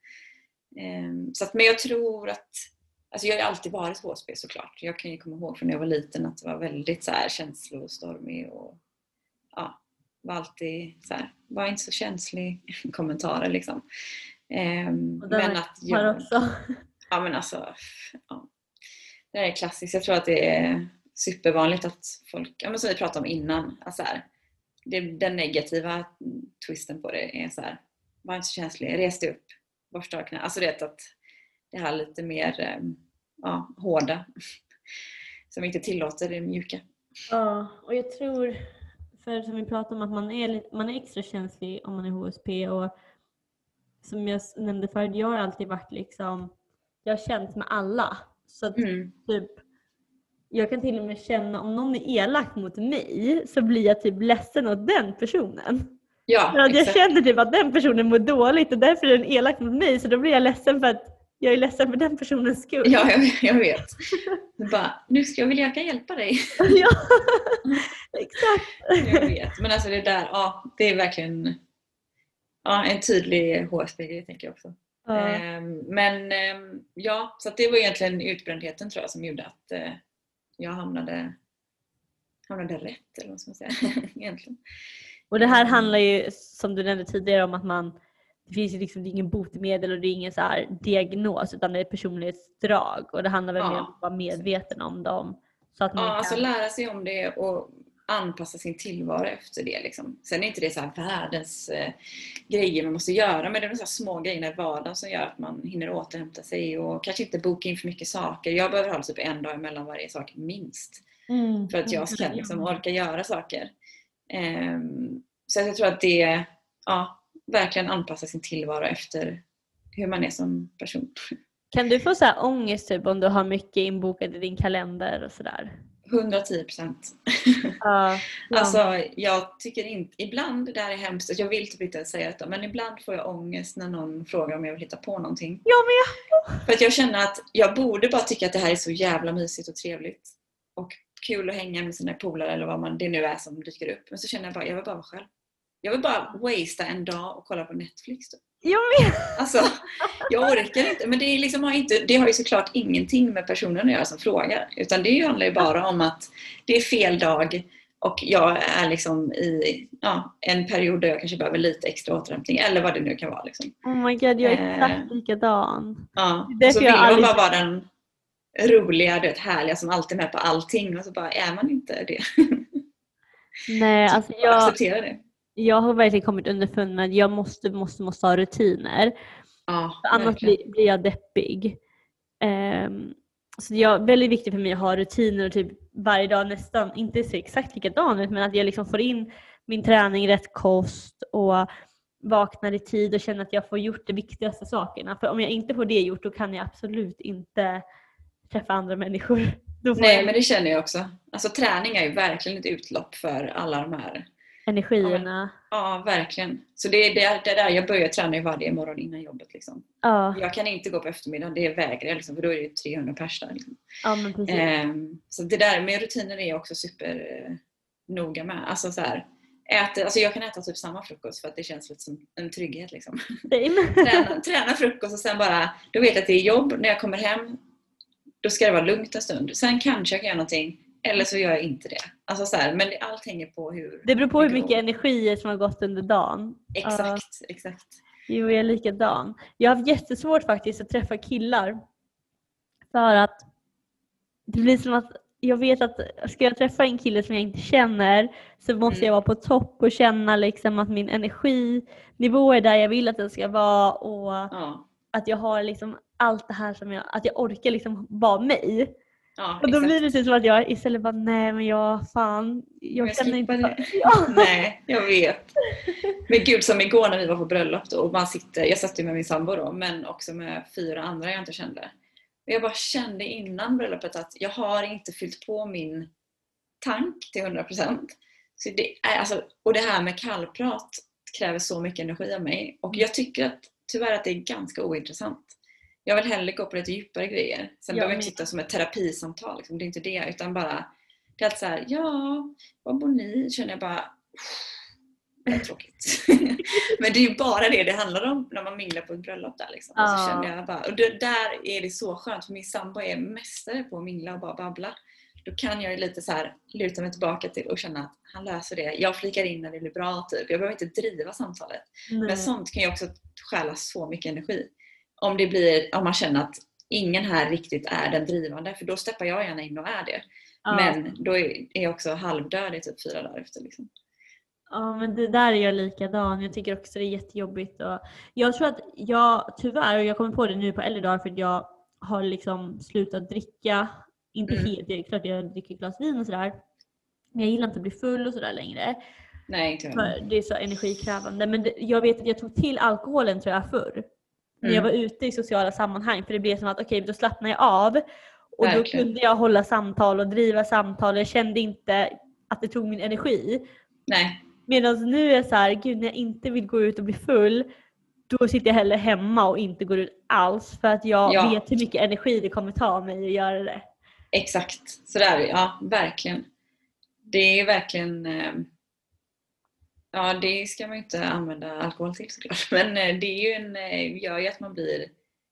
Så att, men jag tror att, alltså jag har alltid varit H S P såklart. Jag kan ju komma ihåg från när jag var liten att det var väldigt så här känslostormig och ja, var alltid så här, var inte så känslig kommentarer liksom. Um, men att jag, också. Ja men alltså, ja. Det här är klassiskt. Jag tror att det är supervanligt att folk, ja men som vi pratade om innan, alltså här, det, den negativa twisten på det är så här, var inte så känslig, res dig upp, borsta knä. Alltså det är att det här lite mer ja, hårda som inte tillåter det mjuka. Ja, och jag tror, för som vi pratade om, att man är, lite- man är extra känslig om man är H S P, och som jag s- nämnde förut, jag har alltid varit liksom, jag har känt med alla. Så att Mm. typ, jag kan till och med känna, om någon är elak mot mig så blir jag typ ledsen åt den personen. Ja, För att jag exakt. känner typ att den personen mår dåligt och därför är den elak mot mig, så då blir jag ledsen för att jag är ledsen för den personens skull. Ja, jag, jag vet. Du bara, nu ska jag vilja jag kan hjälpa dig. Ja, exakt. Jag vet. Men alltså det där, ja, det är verkligen ja, en tydlig H S P-grej tänker jag också. Ja. Ehm, men ehm, ja, så att det var egentligen utbrändheten tror jag som gjorde att eh, jag hamnade, hamnade rätt, eller vad ska man säga, egentligen. Och det här handlar ju, som du nämnde tidigare, om att man, det finns ju liksom det är ingen botemedel och det är ingen så här diagnos, utan det är personlighetsdrag, och det handlar väl Ja. mer om att vara medveten om dem. Så att man Ja, kan... alltså lära sig om det och anpassa sin tillvaro efter det liksom. Sen är inte det så här världens eh, grejer man måste göra, men det är de så här små grejerna i vardagen som gör att man hinner återhämta sig och kanske inte boka in för mycket saker. Jag behöver ha typ en dag mellan varje sak minst. Mm. För att jag ska liksom orka göra saker. Um, så jag tror att det, ja, verkligen anpassa sin tillvaro efter hur man är som person. Kan du få så här ångest typ om du har mycket inbokat i din kalender och sådär? hundratio procent. Ja. Alltså jag tycker inte, ibland det här är hemskt, att jag vill typ inte säga det, men ibland får jag ångest när någon frågar om jag vill hitta på någonting. Ja, men För att jag känner att jag borde bara tycka att det här är så jävla mysigt och trevligt. Och kul att hänga med sina polare eller vad man det nu är som dyker upp. Men så känner jag bara, jag vill bara vara själv. Jag vill bara wastea en dag och kolla på Netflix då. jag med. Alltså, jag orkar inte. Men det, är liksom, har inte, det har ju såklart ingenting med personen att göra som frågar. Utan det handlar ju bara om att det är fel dag. Och jag är liksom i ja, en period där jag kanske behöver lite extra återhämtning. Eller vad det nu kan vara. Liksom. Oh my god, jag är exakt Eh, likadan. Ja, Det är och så för vill jag man aldrig- bara vara den roliga, du vet, härliga som alltid är med på allting. Och så bara är man inte det. Nej, alltså Jag jag, accepterar det. jag har verkligen kommit underfund med att jag måste, måste, måste ha rutiner. Ja, För annars verkligen. blir, blir jag deppig. Um, så det är väldigt viktigt för mig att ha rutiner och typ varje dag nästan, inte se exakt likadan ut, men att jag liksom får in min träning, rätt kost och vaknar i tid och känner att jag får gjort de viktigaste sakerna. För om jag inte får det gjort, då kan jag absolut inte träffa andra människor. Då får Nej, jag men det känner jag också. Alltså träning är ju verkligen ett utlopp för alla de här. energierna. Ja, verkligen. Så det är det, det där jag börjar träna ju varje morgon innan jobbet. Liksom. Ja, Jag kan inte gå på eftermiddagen, det vägrar jag liksom, för då är det ju trehundra pers där. Liksom. ja men precis. Ehm, så det där med rutiner är jag också super eh, noga med. Alltså så här, äta, alltså jag kan äta typ samma frukost för att det känns lite som en trygghet. Liksom. Same. träna, träna frukost och sen bara, då vet jag att det är jobb. När jag kommer hem, då ska det vara lugnt en stund. Sen kanske jag kan göra någonting. Eller så gör jag inte det. Alltså så här, men det, allt hänger på hur... Det beror på hur går. mycket energier som har gått under dagen. Exakt, Ja. exakt. Jo, jag är likadan. Jag har haft jättesvårt faktiskt att träffa killar. För att det blir som att jag vet att ska jag träffa en kille som jag inte känner så måste Mm. jag vara på topp och känna liksom att min energinivå är där jag vill att den ska vara. Och Ja, att jag har liksom allt det här som jag, att jag orkar liksom vara mig. ja Och då exakt. blir det typ som att jag istället bara, nej men jag fan, jag, Jag känner inte skippar för... det. Ja. Nej, jag vet. Men gud, som igår när vi var på bröllop då, och man sitter, jag satt ju med min sambo då, men också med fyra andra jag inte kände. Och jag bara kände innan bröllopet att jag har inte fyllt på min tank till hundra procent. Så det är, alltså, och det här med kallprat kräver så mycket energi av mig. Och jag tycker att tyvärr att det är ganska ointressant. Jag vill hellre gå på lite djupare grejer. Sen Ja, behöver jag men- inte sitta som ett terapisamtal. Liksom. Det är inte det, utan bara det är allt så här, ja, vad bor ni? Känner jag bara, det är tråkigt. Men det är ju bara det det handlar om när man minglar på ett bröllop där liksom. Och så Ja. känner jag bara, och det, där är det så skönt för min sambo är mästare på att mingla och bara babbla. Då kan jag ju lite så här luta mig tillbaka till och känna att han löser det. Jag flikar in när det blir bra typ. Jag behöver inte driva samtalet. Nej. Men sånt kan ju också stjäla så mycket energi. Om det blir, om man känner att ingen här riktigt är den drivande. För då steppar jag gärna in och är det. Ja. Men då är jag också halvdöd i typ fyra dagar efter liksom. Ja, men det där är jag likadan. Jag tycker också det är jättejobbigt. Och jag tror att jag tyvärr, och jag kommer på det nu på äldre dagar för att jag har liksom slutat dricka. Inte Mm. helt, det är klart jag dricker ett glas vin och sådär. Men jag gillar inte att bli full och sådär längre. Nej, inte jag. För det är så energikrävande. Men det, jag vet att jag tog till alkoholen tror jag förr. Mm. När jag var ute i sociala sammanhang. För det blev som att okej, okay, då slappnar jag av. Och Verkligen. Då kunde jag hålla samtal och driva samtal. Jag kände inte att det tog min energi. Nej. Medan nu är det så här, gud när jag inte vill gå ut och bli full. Då sitter jag hellre hemma och inte går ut alls. För att jag ja. vet hur mycket energi det kommer ta mig att göra det. Exakt, så där, ja, verkligen. Det är verkligen... Eh... Ja, det ska man ju inte använda alkohol till såklart. Men det är ju en, gör ju att man blir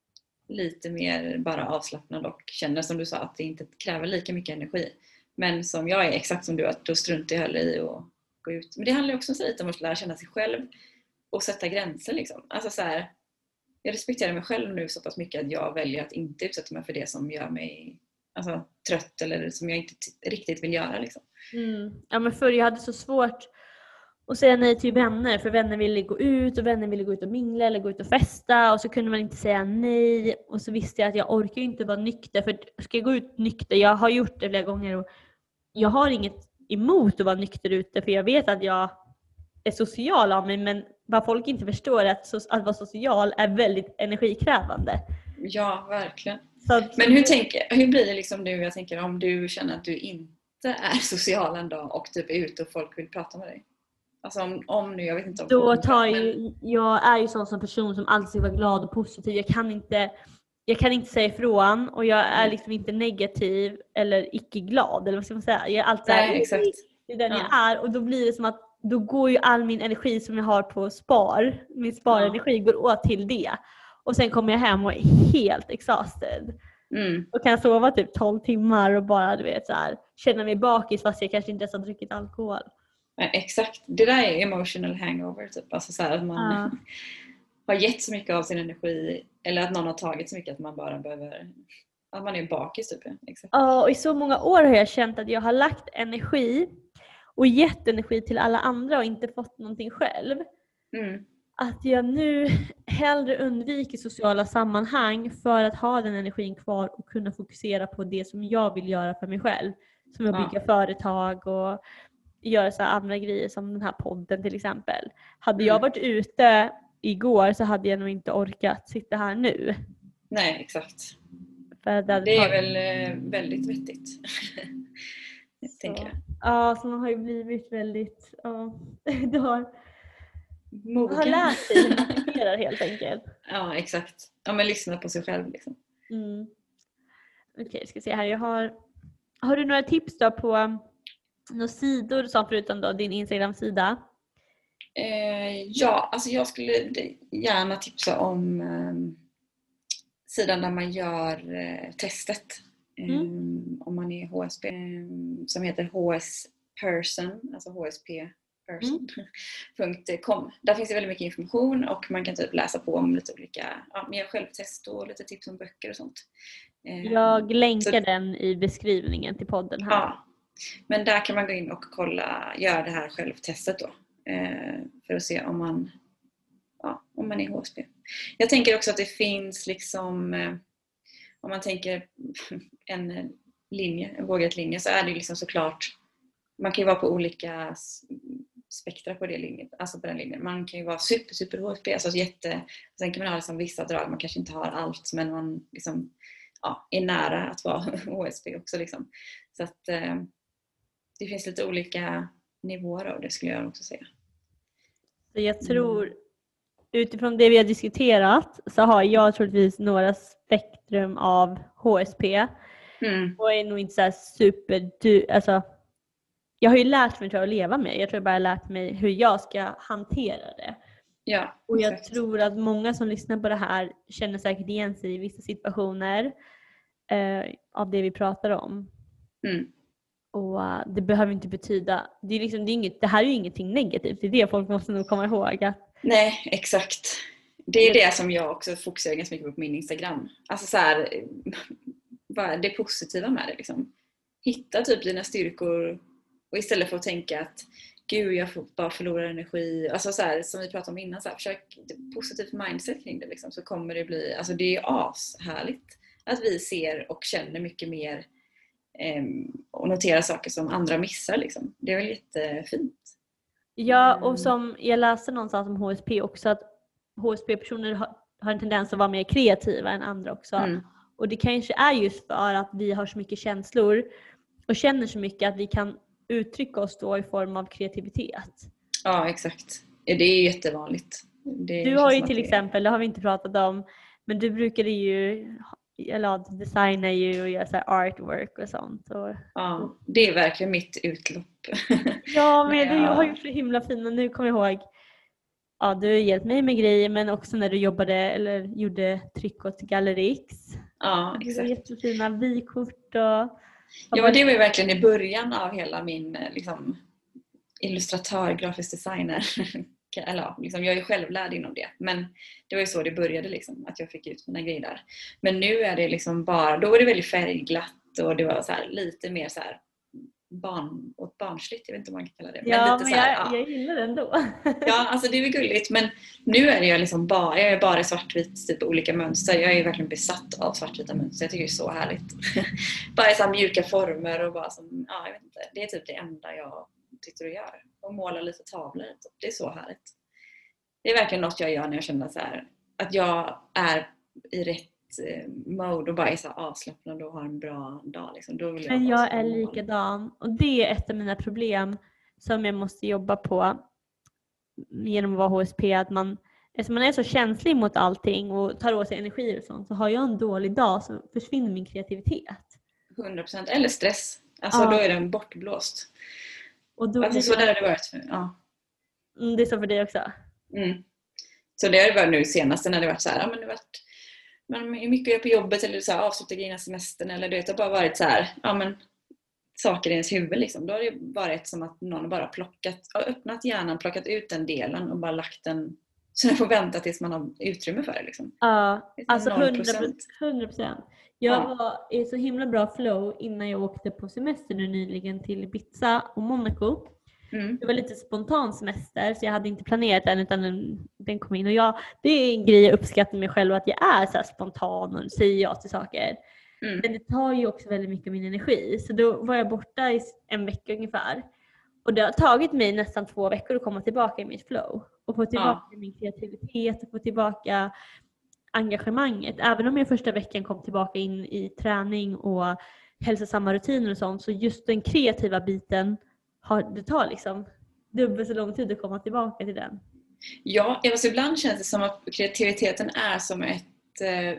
lite mer bara avslappnad och känner som du sa att det inte kräver lika mycket energi. Men som jag är exakt som du, att då struntar jag heller i att gå ut. Men det handlar ju också lite om att lära känna sig själv och sätta gränser liksom. Alltså så här, jag respekterar mig själv nu så pass mycket att jag väljer att inte utsätta mig för det som gör mig alltså, trött eller som jag inte t- riktigt vill göra liksom. Mm. Ja, men förr jag hade så svårt och säga nej till vänner, för vänner ville gå ut och vänner ville gå ut och mingla eller gå ut och festa och så kunde man inte säga nej och så visste jag att jag orkar inte vara nykter, för ska jag gå ut nykter, jag har gjort det flera gånger och jag har inget emot att vara nykter ute för jag vet att jag är social av mig, men vad folk inte förstår är att, att vara social är väldigt energikrävande. Ja, verkligen. Så att, men hur, tänker, hur blir det liksom nu, jag tänker om du känner att du inte är social en dag och typ är ute och folk vill prata med dig? Alltså om, om nu, jag vet inte om... Då tar ju, jag är ju sån som person som alltid ska vara glad och positiv. Jag kan inte, jag kan inte säga ifrån och jag är liksom inte negativ eller icke glad. Eller vad ska man säga? Jag är alltid Nej, exakt. Det är den ja. jag är. Och då blir det som att då går ju all min energi som jag har på spar, min sparenergi ja. går åt till det. Och sen kommer jag hem och är helt exhausted. Mm. Och kan sova typ tolv timmar och bara du vet så här, känna mig bakis fast jag kanske inte ens har druckit alkohol. Exakt, det där är emotional hangover typ. Alltså så här att man ja. har gett så mycket av sin energi eller att någon har tagit så mycket att man bara behöver, att man är bakis typ. Exakt. Ja, och i så många år har jag känt att jag har lagt energi och gett energi till alla andra och inte fått någonting själv. Mm. Att jag nu hellre undviker sociala sammanhang för att ha den energin kvar och kunna fokusera på det som jag vill göra för mig själv. Som att bygga ja. företag och göra så andra grejer som den här podden till exempel. Hade jag varit ute igår så hade jag nog inte orkat sitta här nu. Nej, exakt. För det, det är väl eh, väldigt vettigt. tänker jag. Ja, så man har ju blivit väldigt... Ja, det har, man har lärt sig hur man fungerar helt enkelt. Ja, exakt. Ja, men lyssna på sig själv liksom. Mm. Okej, okay, ska se här. Jag har... Har du några tips då på... några sidor som förutom då din Instagram-sida? Eh, ja, alltså jag skulle gärna tipsa om eh, sidan där man gör eh, testet. Eh, mm. Om man är H S P. Eh, som heter H S person, alltså H S P person punkt com. Där finns det väldigt mycket information och man kan typ läsa på om lite olika, ja, mer självtest och lite tips om böcker och sånt. Eh, jag länkar så, den i beskrivningen till podden här. Ja. Men där kan man gå in och kolla, göra det här självtestet då. Eh, för att se om man, ja, om man är H S P. Jag tänker också att det finns liksom, eh, om man tänker en linje, en vågad linje, så är det liksom såklart, man kan ju vara på olika spektra på det linjen, alltså på den linjen. Man kan ju vara super, super H S P, alltså jätte, sen kan man ha liksom vissa drag, man kanske inte har allt, men man liksom, ja, är nära att vara H S P också liksom. Så att eh, det finns lite olika nivåer av det skulle jag också säga. Så jag tror, mm. utifrån det vi har diskuterat så har jag troligtvis några spektrum av H S P. Mm. Och är nog inte så här super, du, alltså jag har ju lärt mig tror jag, att leva med. Jag tror jag bara lärt mig hur jag ska hantera det. Ja, och jag exakt. tror att många som lyssnar på det här känner säkert igen sig i vissa situationer eh, av det vi pratar om. Mm. Och uh, det behöver inte betyda, det, är liksom, det, är inget, det här är ju ingenting negativt, det är det folk måste nog komma ihåg. Att... Nej, exakt. Det är det som jag också fokuserar ganska mycket på på min Instagram. Alltså så här, det positiva med det liksom. Hitta typ dina styrkor och istället för att tänka att gud jag får bara förlorar energi. Alltså så här, som vi pratade om innan, så här, försök positivt mindset kring det liksom, så kommer det bli, alltså det är as härligt att vi ser och känner mycket mer eh, och notera saker som andra missar liksom. Det är väl jättefint. Ja, och som jag läste någonstans om H S P också, att H S P-personer har, har en tendens att vara mer kreativa än andra också. Mm. Och det kanske är just för att vi har så mycket känslor och känner så mycket att vi kan uttrycka oss då i form av kreativitet. Ja, exakt. Det är jättevanligt. Det Du har ju till exempel, det har vi inte pratat om, men du brukade ju, eller designa ju och göra så här artwork och sånt. Och... Ja, det är verkligen mitt utlopp. Ja, men jag... du har gjort så himla fina, nu kommer jag ihåg. Ja, du har hjälpt mig med grejer, men också när du jobbade eller gjorde tryck åt Gallerix. Ja, exakt. Det var jättefina vykort och... Ja, men det var ju verkligen i början av hela min liksom, illustratör, grafisk designer. Eller ja, liksom, jag är ju självlärd inom det. Men det var ju så det började liksom, att jag fick ut mina grejer där. Men nu är det liksom bara, då var det väldigt färgglatt och det var så här, lite mer så här barn, åt barnsligt, jag vet inte om man kan kalla det. Ja, men, lite men så här, jag, ja. jag gillar det ändå. Ja, alltså det är väl gulligt, men nu är det jag liksom bara, jag är bara svartvit, typ olika mönster. Jag är verkligen besatt av svartvita mönster, jag tycker det är så härligt. Bara så här mjuka former och bara som, ja jag vet inte, det är typ det enda jag tycker att gör. Och måla lite tavlor, det är så härligt. Det är verkligen något jag gör när jag känner så här, att jag är i rätt mode och bara är så avslappnad och har en bra dag liksom. Då vill jag Men jag är likadan, och det är ett av mina problem som jag måste jobba på genom att vara H S P, att man, eftersom man är så känslig mot allting och tar åt sig energi och sånt, så har jag en dålig dag så försvinner min kreativitet. hundra procent, eller stress. Alltså ja. Då är den bortblåst. Och då alltså så där har det varit för, ja. Mm, det är så för dig också. Mm. Så det har det varit nu senast när det varit så här, ja men det har varit man är mycket att göra på jobbet eller så här, avsluta grejerna semestern eller det har bara varit så här, ja men saker i ens huvud liksom. Då har det varit som att någon bara plockat, öppnat hjärnan, plockat ut den delen och bara lagt den så den får vänta tills man har utrymme för det liksom. Ja, alltså hundra procent. Jag ja. var i så himla bra flow innan jag åkte på semester nu nyligen till Ibiza och Monaco. Mm. Det var lite spontan semester så jag hade inte planerat den utan den, den kom in. Och jag, det är en grej jag uppskattar mig själv, att jag är så här spontan och säger ja till saker. Mm. Men det tar ju också väldigt mycket av min energi. Så då var jag borta i en vecka ungefär. Och det har tagit mig nästan två veckor att komma tillbaka i mitt flow. Och få tillbaka ja. min kreativitet och få tillbaka engagemanget. Även om jag första veckan kom tillbaka in i träning och hälsosamma rutiner och sånt. Så just den kreativa biten, har, det tar liksom dubbelt så lång tid att komma tillbaka till den. Ja, alltså ibland känns det som att kreativiteten är som ett eh,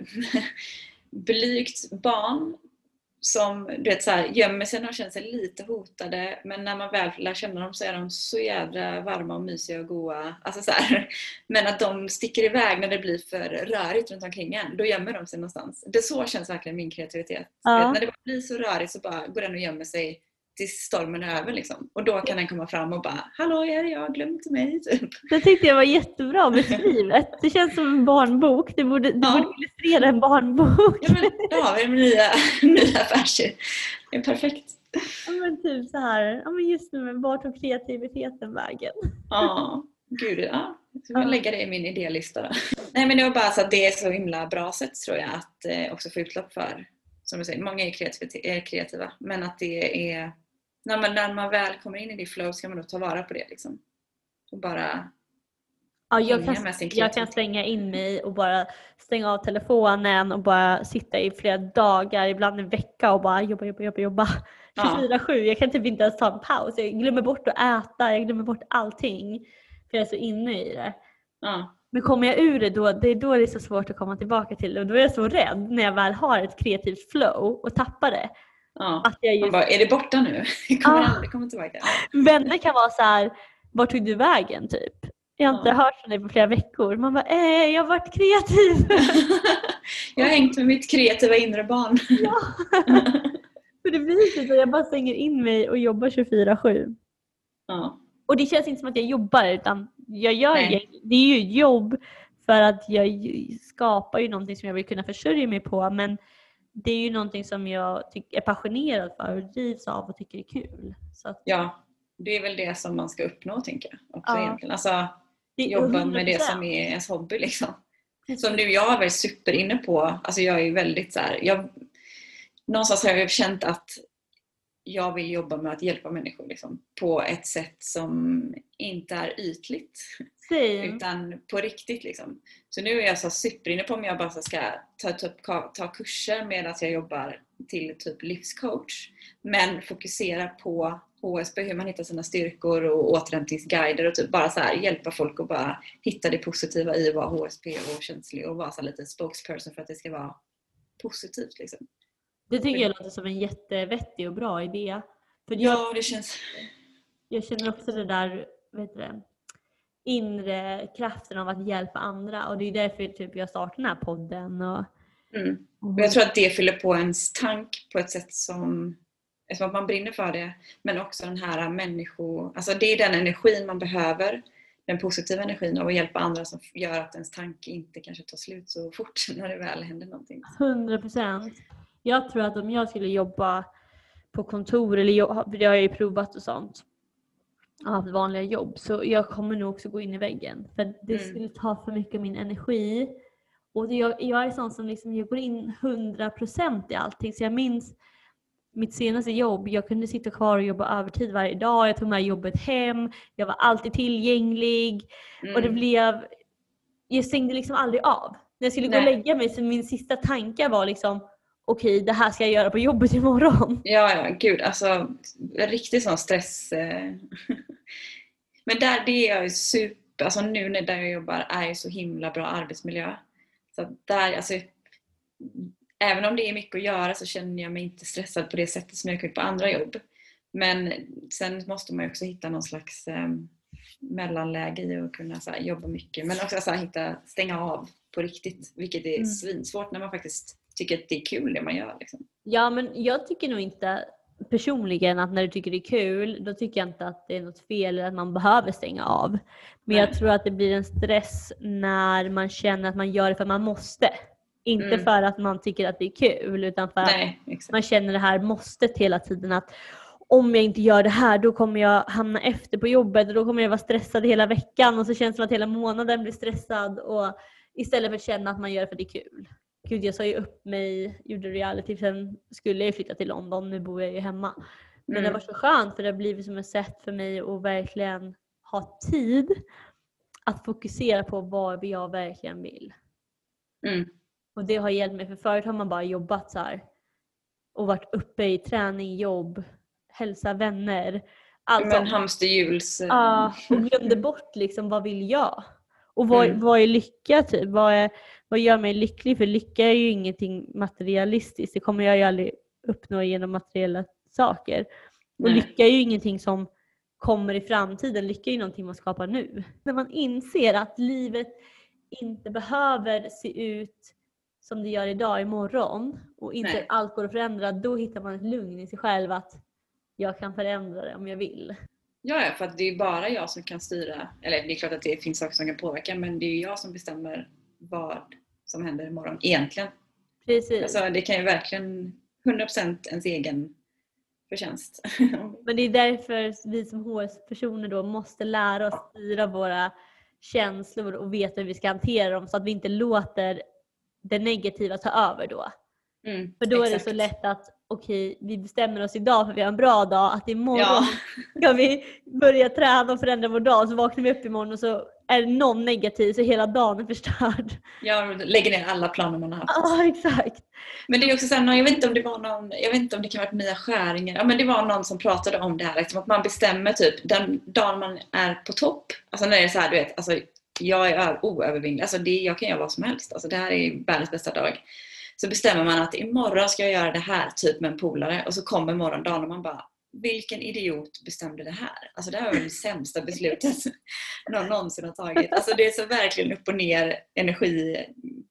blygt barn som du vet, så här, gömmer sig och känner sig lite hotade, men när man väl lär känna dem så är de så jävla varma och mysiga och goa. Alltså så här, men att de sticker iväg när det blir för rörigt runt omkring en, då gömmer de sig någonstans. Det så känns verkligen min kreativitet. Ja. När det bara blir så rörigt så bara går den och gömmer sig tills stormen är över liksom. Och då kan den komma fram och bara, hallå, är det jag? Glömt mig typ. Det tyckte jag var jättebra beskrivet. Det känns som en barnbok. Du borde, du ja. borde illustrera en barnbok. Ja, men då har vi en nya, nya affärser. Det är perfekt. Ja, men typ så här. Ja, men just nu, vart tog kreativiteten vägen? Ja, gud, ja. Så jag lägga det i min idélista då. Nej, men det var bara så att det är så himla bra sätt tror jag att eh, också få utlopp för. Som du säger, många är kreativa, är kreativa men att det är när man, när man väl kommer in i det flow ska man då ta vara på det liksom. Och bara ja, jag, kan, med sin jag kan stänga in mig och bara stänga av telefonen och bara sitta i flera dagar, ibland en vecka och bara jobba, jobba, jobba, jobba tjugofyra sju. Ja. Jag kan typ inte ens ta en paus. Jag glömmer bort att äta, jag glömmer bort allting för jag är så inne i det. Ja. Men kommer jag ur det då, det är då det är så svårt att komma tillbaka till. Och då är jag så rädd när jag väl har ett kreativt flow och tappar det. Ja. Att jag just... bara, är det borta nu? Jag kommer ah. aldrig komma tillbaka. Vänner kan vara så här, vart tog du vägen typ? Jag har inte ja. hört från dig på flera veckor. Man bara, eh, jag har varit kreativ. Jag har hängt med mitt kreativa inre barn. Ja. För det blir typ att jag bara stänger in mig och jobbar tjugofyra sju. Ja. Och det känns inte som att jag jobbar utan jag gör det. Det är ju jobb för att jag skapar ju någonting som jag vill kunna försörja mig på. Men det är ju någonting som jag tycker är passionerad för och drivs av och tycker är kul. Så att... Ja, det är väl det som man ska uppnå tänker jag också ja. egentligen. Alltså jobba med det som är ens hobby liksom. Som nu jag är väl super inne på, alltså jag är väldigt så här, jag någonstans har jag känt att jag vill jobba med att hjälpa människor liksom, på ett sätt som inte är ytligt. Same. Utan på riktigt liksom. Så nu är jag så superinne på om jag bara ska ta, typ, ta kurser medan jag jobbar till typ livscoach. Men fokusera på H S P, hur man hittar sina styrkor och återhämtningsguider och typ bara så här hjälpa folk att bara hitta det positiva i att vara H S P och känslig och vara så lite spokesperson för att det ska vara positivt liksom. Det tycker jag låter som en jättevettig och bra idé. För Ja, jag, det känns... jag känner också det där, vet du det, inre kraften av att hjälpa andra. Och det är därför typ jag startar den här podden. Och, mm. och jag tror att det fyller på ens tank på ett sätt som... Eftersom att man brinner för det. Men också den här människo... Alltså det är den energin man behöver. Den positiva energin av att hjälpa andra som gör att ens tanke inte kanske tar slut så fort när det väl händer någonting. hundra procent. Jag tror att om jag skulle jobba på kontor, eller jobb, det har jag ju provat och sånt, och haft vanliga jobb, så jag kommer nog också gå in i väggen. För det Mm. skulle ta för mycket av min energi. Och det, jag, jag är sån som liksom, jag går in hundra procent i allting. Så jag minns mitt senaste jobb, jag kunde sitta kvar och jobba övertid varje dag. Jag tog med jobbet hem, jag var alltid tillgänglig. Mm. Och det blev, jag stängde liksom aldrig av. När jag skulle gå och lägga mig, så min sista tanke var liksom, okej, det här ska jag göra på jobbet imorgon. Ja, ja, gud, alltså riktigt sån stress. Men där, det är jag super, alltså nu när där jag jobbar är ju så himla bra arbetsmiljö. Så där, alltså, även om det är mycket att göra så känner jag mig inte stressad på det sättet som jag gjort på andra jobb. Men sen måste man ju också hitta någon slags eh, mellanläge i att kunna så här, jobba mycket. Men också så här, hitta, stänga av på riktigt, vilket är mm. svinsvårt när man faktiskt tycker att det är kul det man gör. Liksom. Ja, men jag tycker nog inte personligen att när du tycker det är kul, då tycker jag inte att det är något fel eller att man behöver stänga av. Men Nej. jag tror att det blir en stress när man känner att man gör det för att man måste. Inte mm. för att man tycker att det är kul, utan för Nej, att exakt. man känner det här måstet hela tiden, att om jag inte gör det här då kommer jag hamna efter på jobbet och då kommer jag vara stressad hela veckan, och så känns det som att hela månaden blir stressad, och istället för att känna att man gör det för att det är kul. Gud, jag sa ju upp mig, gjorde reality, sen skulle jag flytta till London, nu bor jag ju hemma. Men mm. det var så skönt, för det har blivit som ett sätt för mig att verkligen ha tid att fokusera på vad jag verkligen vill. Mm. Och det har hjälpt mig, för förut har man bara jobbat så här och varit uppe i träning, jobb, hälsa, vänner. Allt Men hamsterhjuls... Ja, och glömde bort liksom, vad vill jag? Och vad, mm. vad är lycka typ? Vad, är, vad gör mig lycklig? För lycka är ju ingenting materialistiskt. Det kommer jag ju aldrig uppnå genom materiella saker. Och Nej. lycka är ju ingenting som kommer i framtiden. Lycka är ju någonting man skapar nu. När man inser att livet inte behöver se ut som det gör idag imorgon, och inte Nej. allt går att förändra, då hittar man ett lugn i sig själv att jag kan förändra det om jag vill. Ja, för att det är bara jag som kan styra, eller det är klart att det finns saker som kan påverka, men det är jag som bestämmer vad som händer imorgon egentligen. Precis. Alltså det kan ju verkligen hundra procent ens egen förtjänst. Men det är därför vi som H S-personer då måste lära oss styra våra känslor och veta hur vi ska hantera dem, så att vi inte låter det negativa ta över då. Mm, för då exakt. är det så lätt att okej, vi bestämmer oss idag för vi har en bra dag, att imorgon ja. ska vi börja träna och förändra vår dag, så vaknar vi upp imorgon och så är det någon negativ, så hela dagen är förstörd. Ja, lägger ner alla planer man har haft. Ja, exakt. Men det är också så här, jag vet inte om det var någon, jag vet inte om det kan vara Mia Skäringer. Ja, men det var någon som pratade om det här, liksom, att man bestämmer typ den dagen man är på topp. Alltså när det är så här, du vet, alltså jag är oövervinnlig. Alltså det, jag kan göra vad som helst. Alltså det här är världens bästa dag. Så bestämmer man att imorgon ska jag göra det här typ med en polare. Och så kommer morgondagen och man bara, vilken idiot bestämde det här? Alltså det här var det sämsta beslutet någon någonsin har tagit. Alltså det är så verkligen upp och ner energi.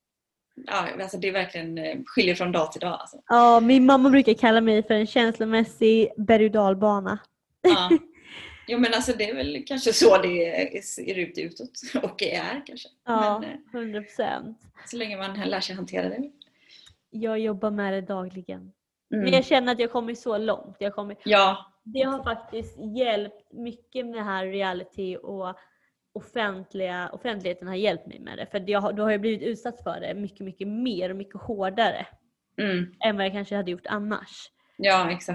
Ja, alltså det är verkligen skiljer från dag till dag. Alltså. Ja, min mamma brukar kalla mig för en känslomässig berg- och dalbana. Ja. Jo, men alltså det är väl kanske så det ser ut utåt. Och det är kanske. Ja, men, hundra procent. Så länge man lär sig hantera det. Jag jobbar med det dagligen. Mm. Men jag känner att jag kommer så långt. Jag kommer... Ja. Det har faktiskt hjälpt mycket med det här reality, och offentliga, offentligheten har hjälpt mig med det. För jag, då har jag blivit utsatt för det mycket, mycket mer och mycket hårdare mm. än vad jag kanske hade gjort annars. Ja, exakt.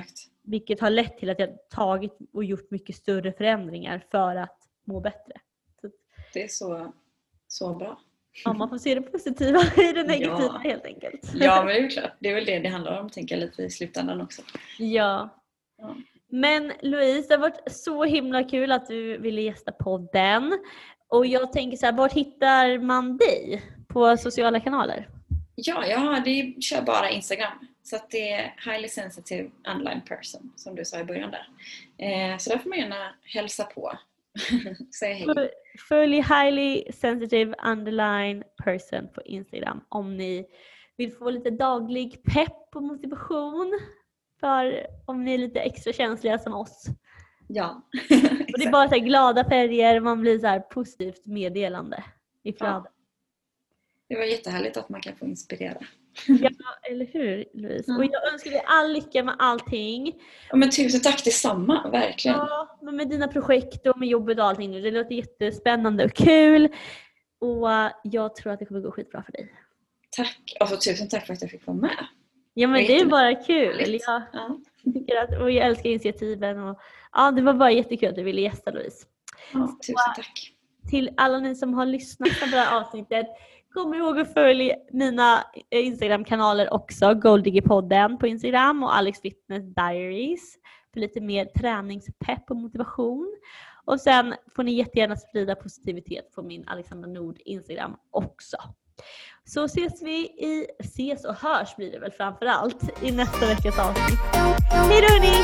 Vilket har lett till att jag tagit och gjort mycket större förändringar för att må bättre. Så, det är så, så bra. ja, man får se det positiva i det negativa Ja. helt enkelt. Ja, men det är ju klart. Det är väl det det handlar om, tänker jag lite i slutändan också. Ja. Ja. Men Louise, det har varit så himla kul att du ville gästa podden. Och jag tänker så här, vart hittar man dig på sociala kanaler? Ja, ja, det kör bara Instagram. Så att det är highly sensitive underline person, som du sa i början där. Eh, så där får man gärna hälsa på. Säg hej. Följ highly sensitive underline person på Instagram om ni vill få lite daglig pepp och motivation. För om ni är lite extra känsliga som oss. Ja. Och det är bara så här glada färger, man blir så här positivt meddelande i flödet. Ja. Det var jättehärligt att man kan få inspirera. Ja, eller hur Louise? Ja. Och jag önskar dig all lycka med allting. Ja, men tusen tack detsamma, verkligen. Ja, men med dina projekt och med jobbet och allting. Det låter jättespännande och kul. Och jag tror att det kommer gå skitbra för dig. Tack. Och så tusen tack för att jag fick vara med. Ja, men det är bara kul. Jag, Ja. tycker att, och jag älskar initiativen. Och, ja, det var bara jättekul att du ville gästa Louise. Ja, tusen tack. Till alla ni som har lyssnat på det här avsnittet, kom ihåg att följa mina Instagram-kanaler också. Golddiggerpodden på Instagram och Alex Fitness Diaries för lite mer träningspepp och motivation. Och sen får ni jättegärna sprida positivitet på min Alexandra Nord Instagram också. Så ses vi i, ses och hörs blir det väl framförallt i nästa veckas avsnitt. Hej då ni!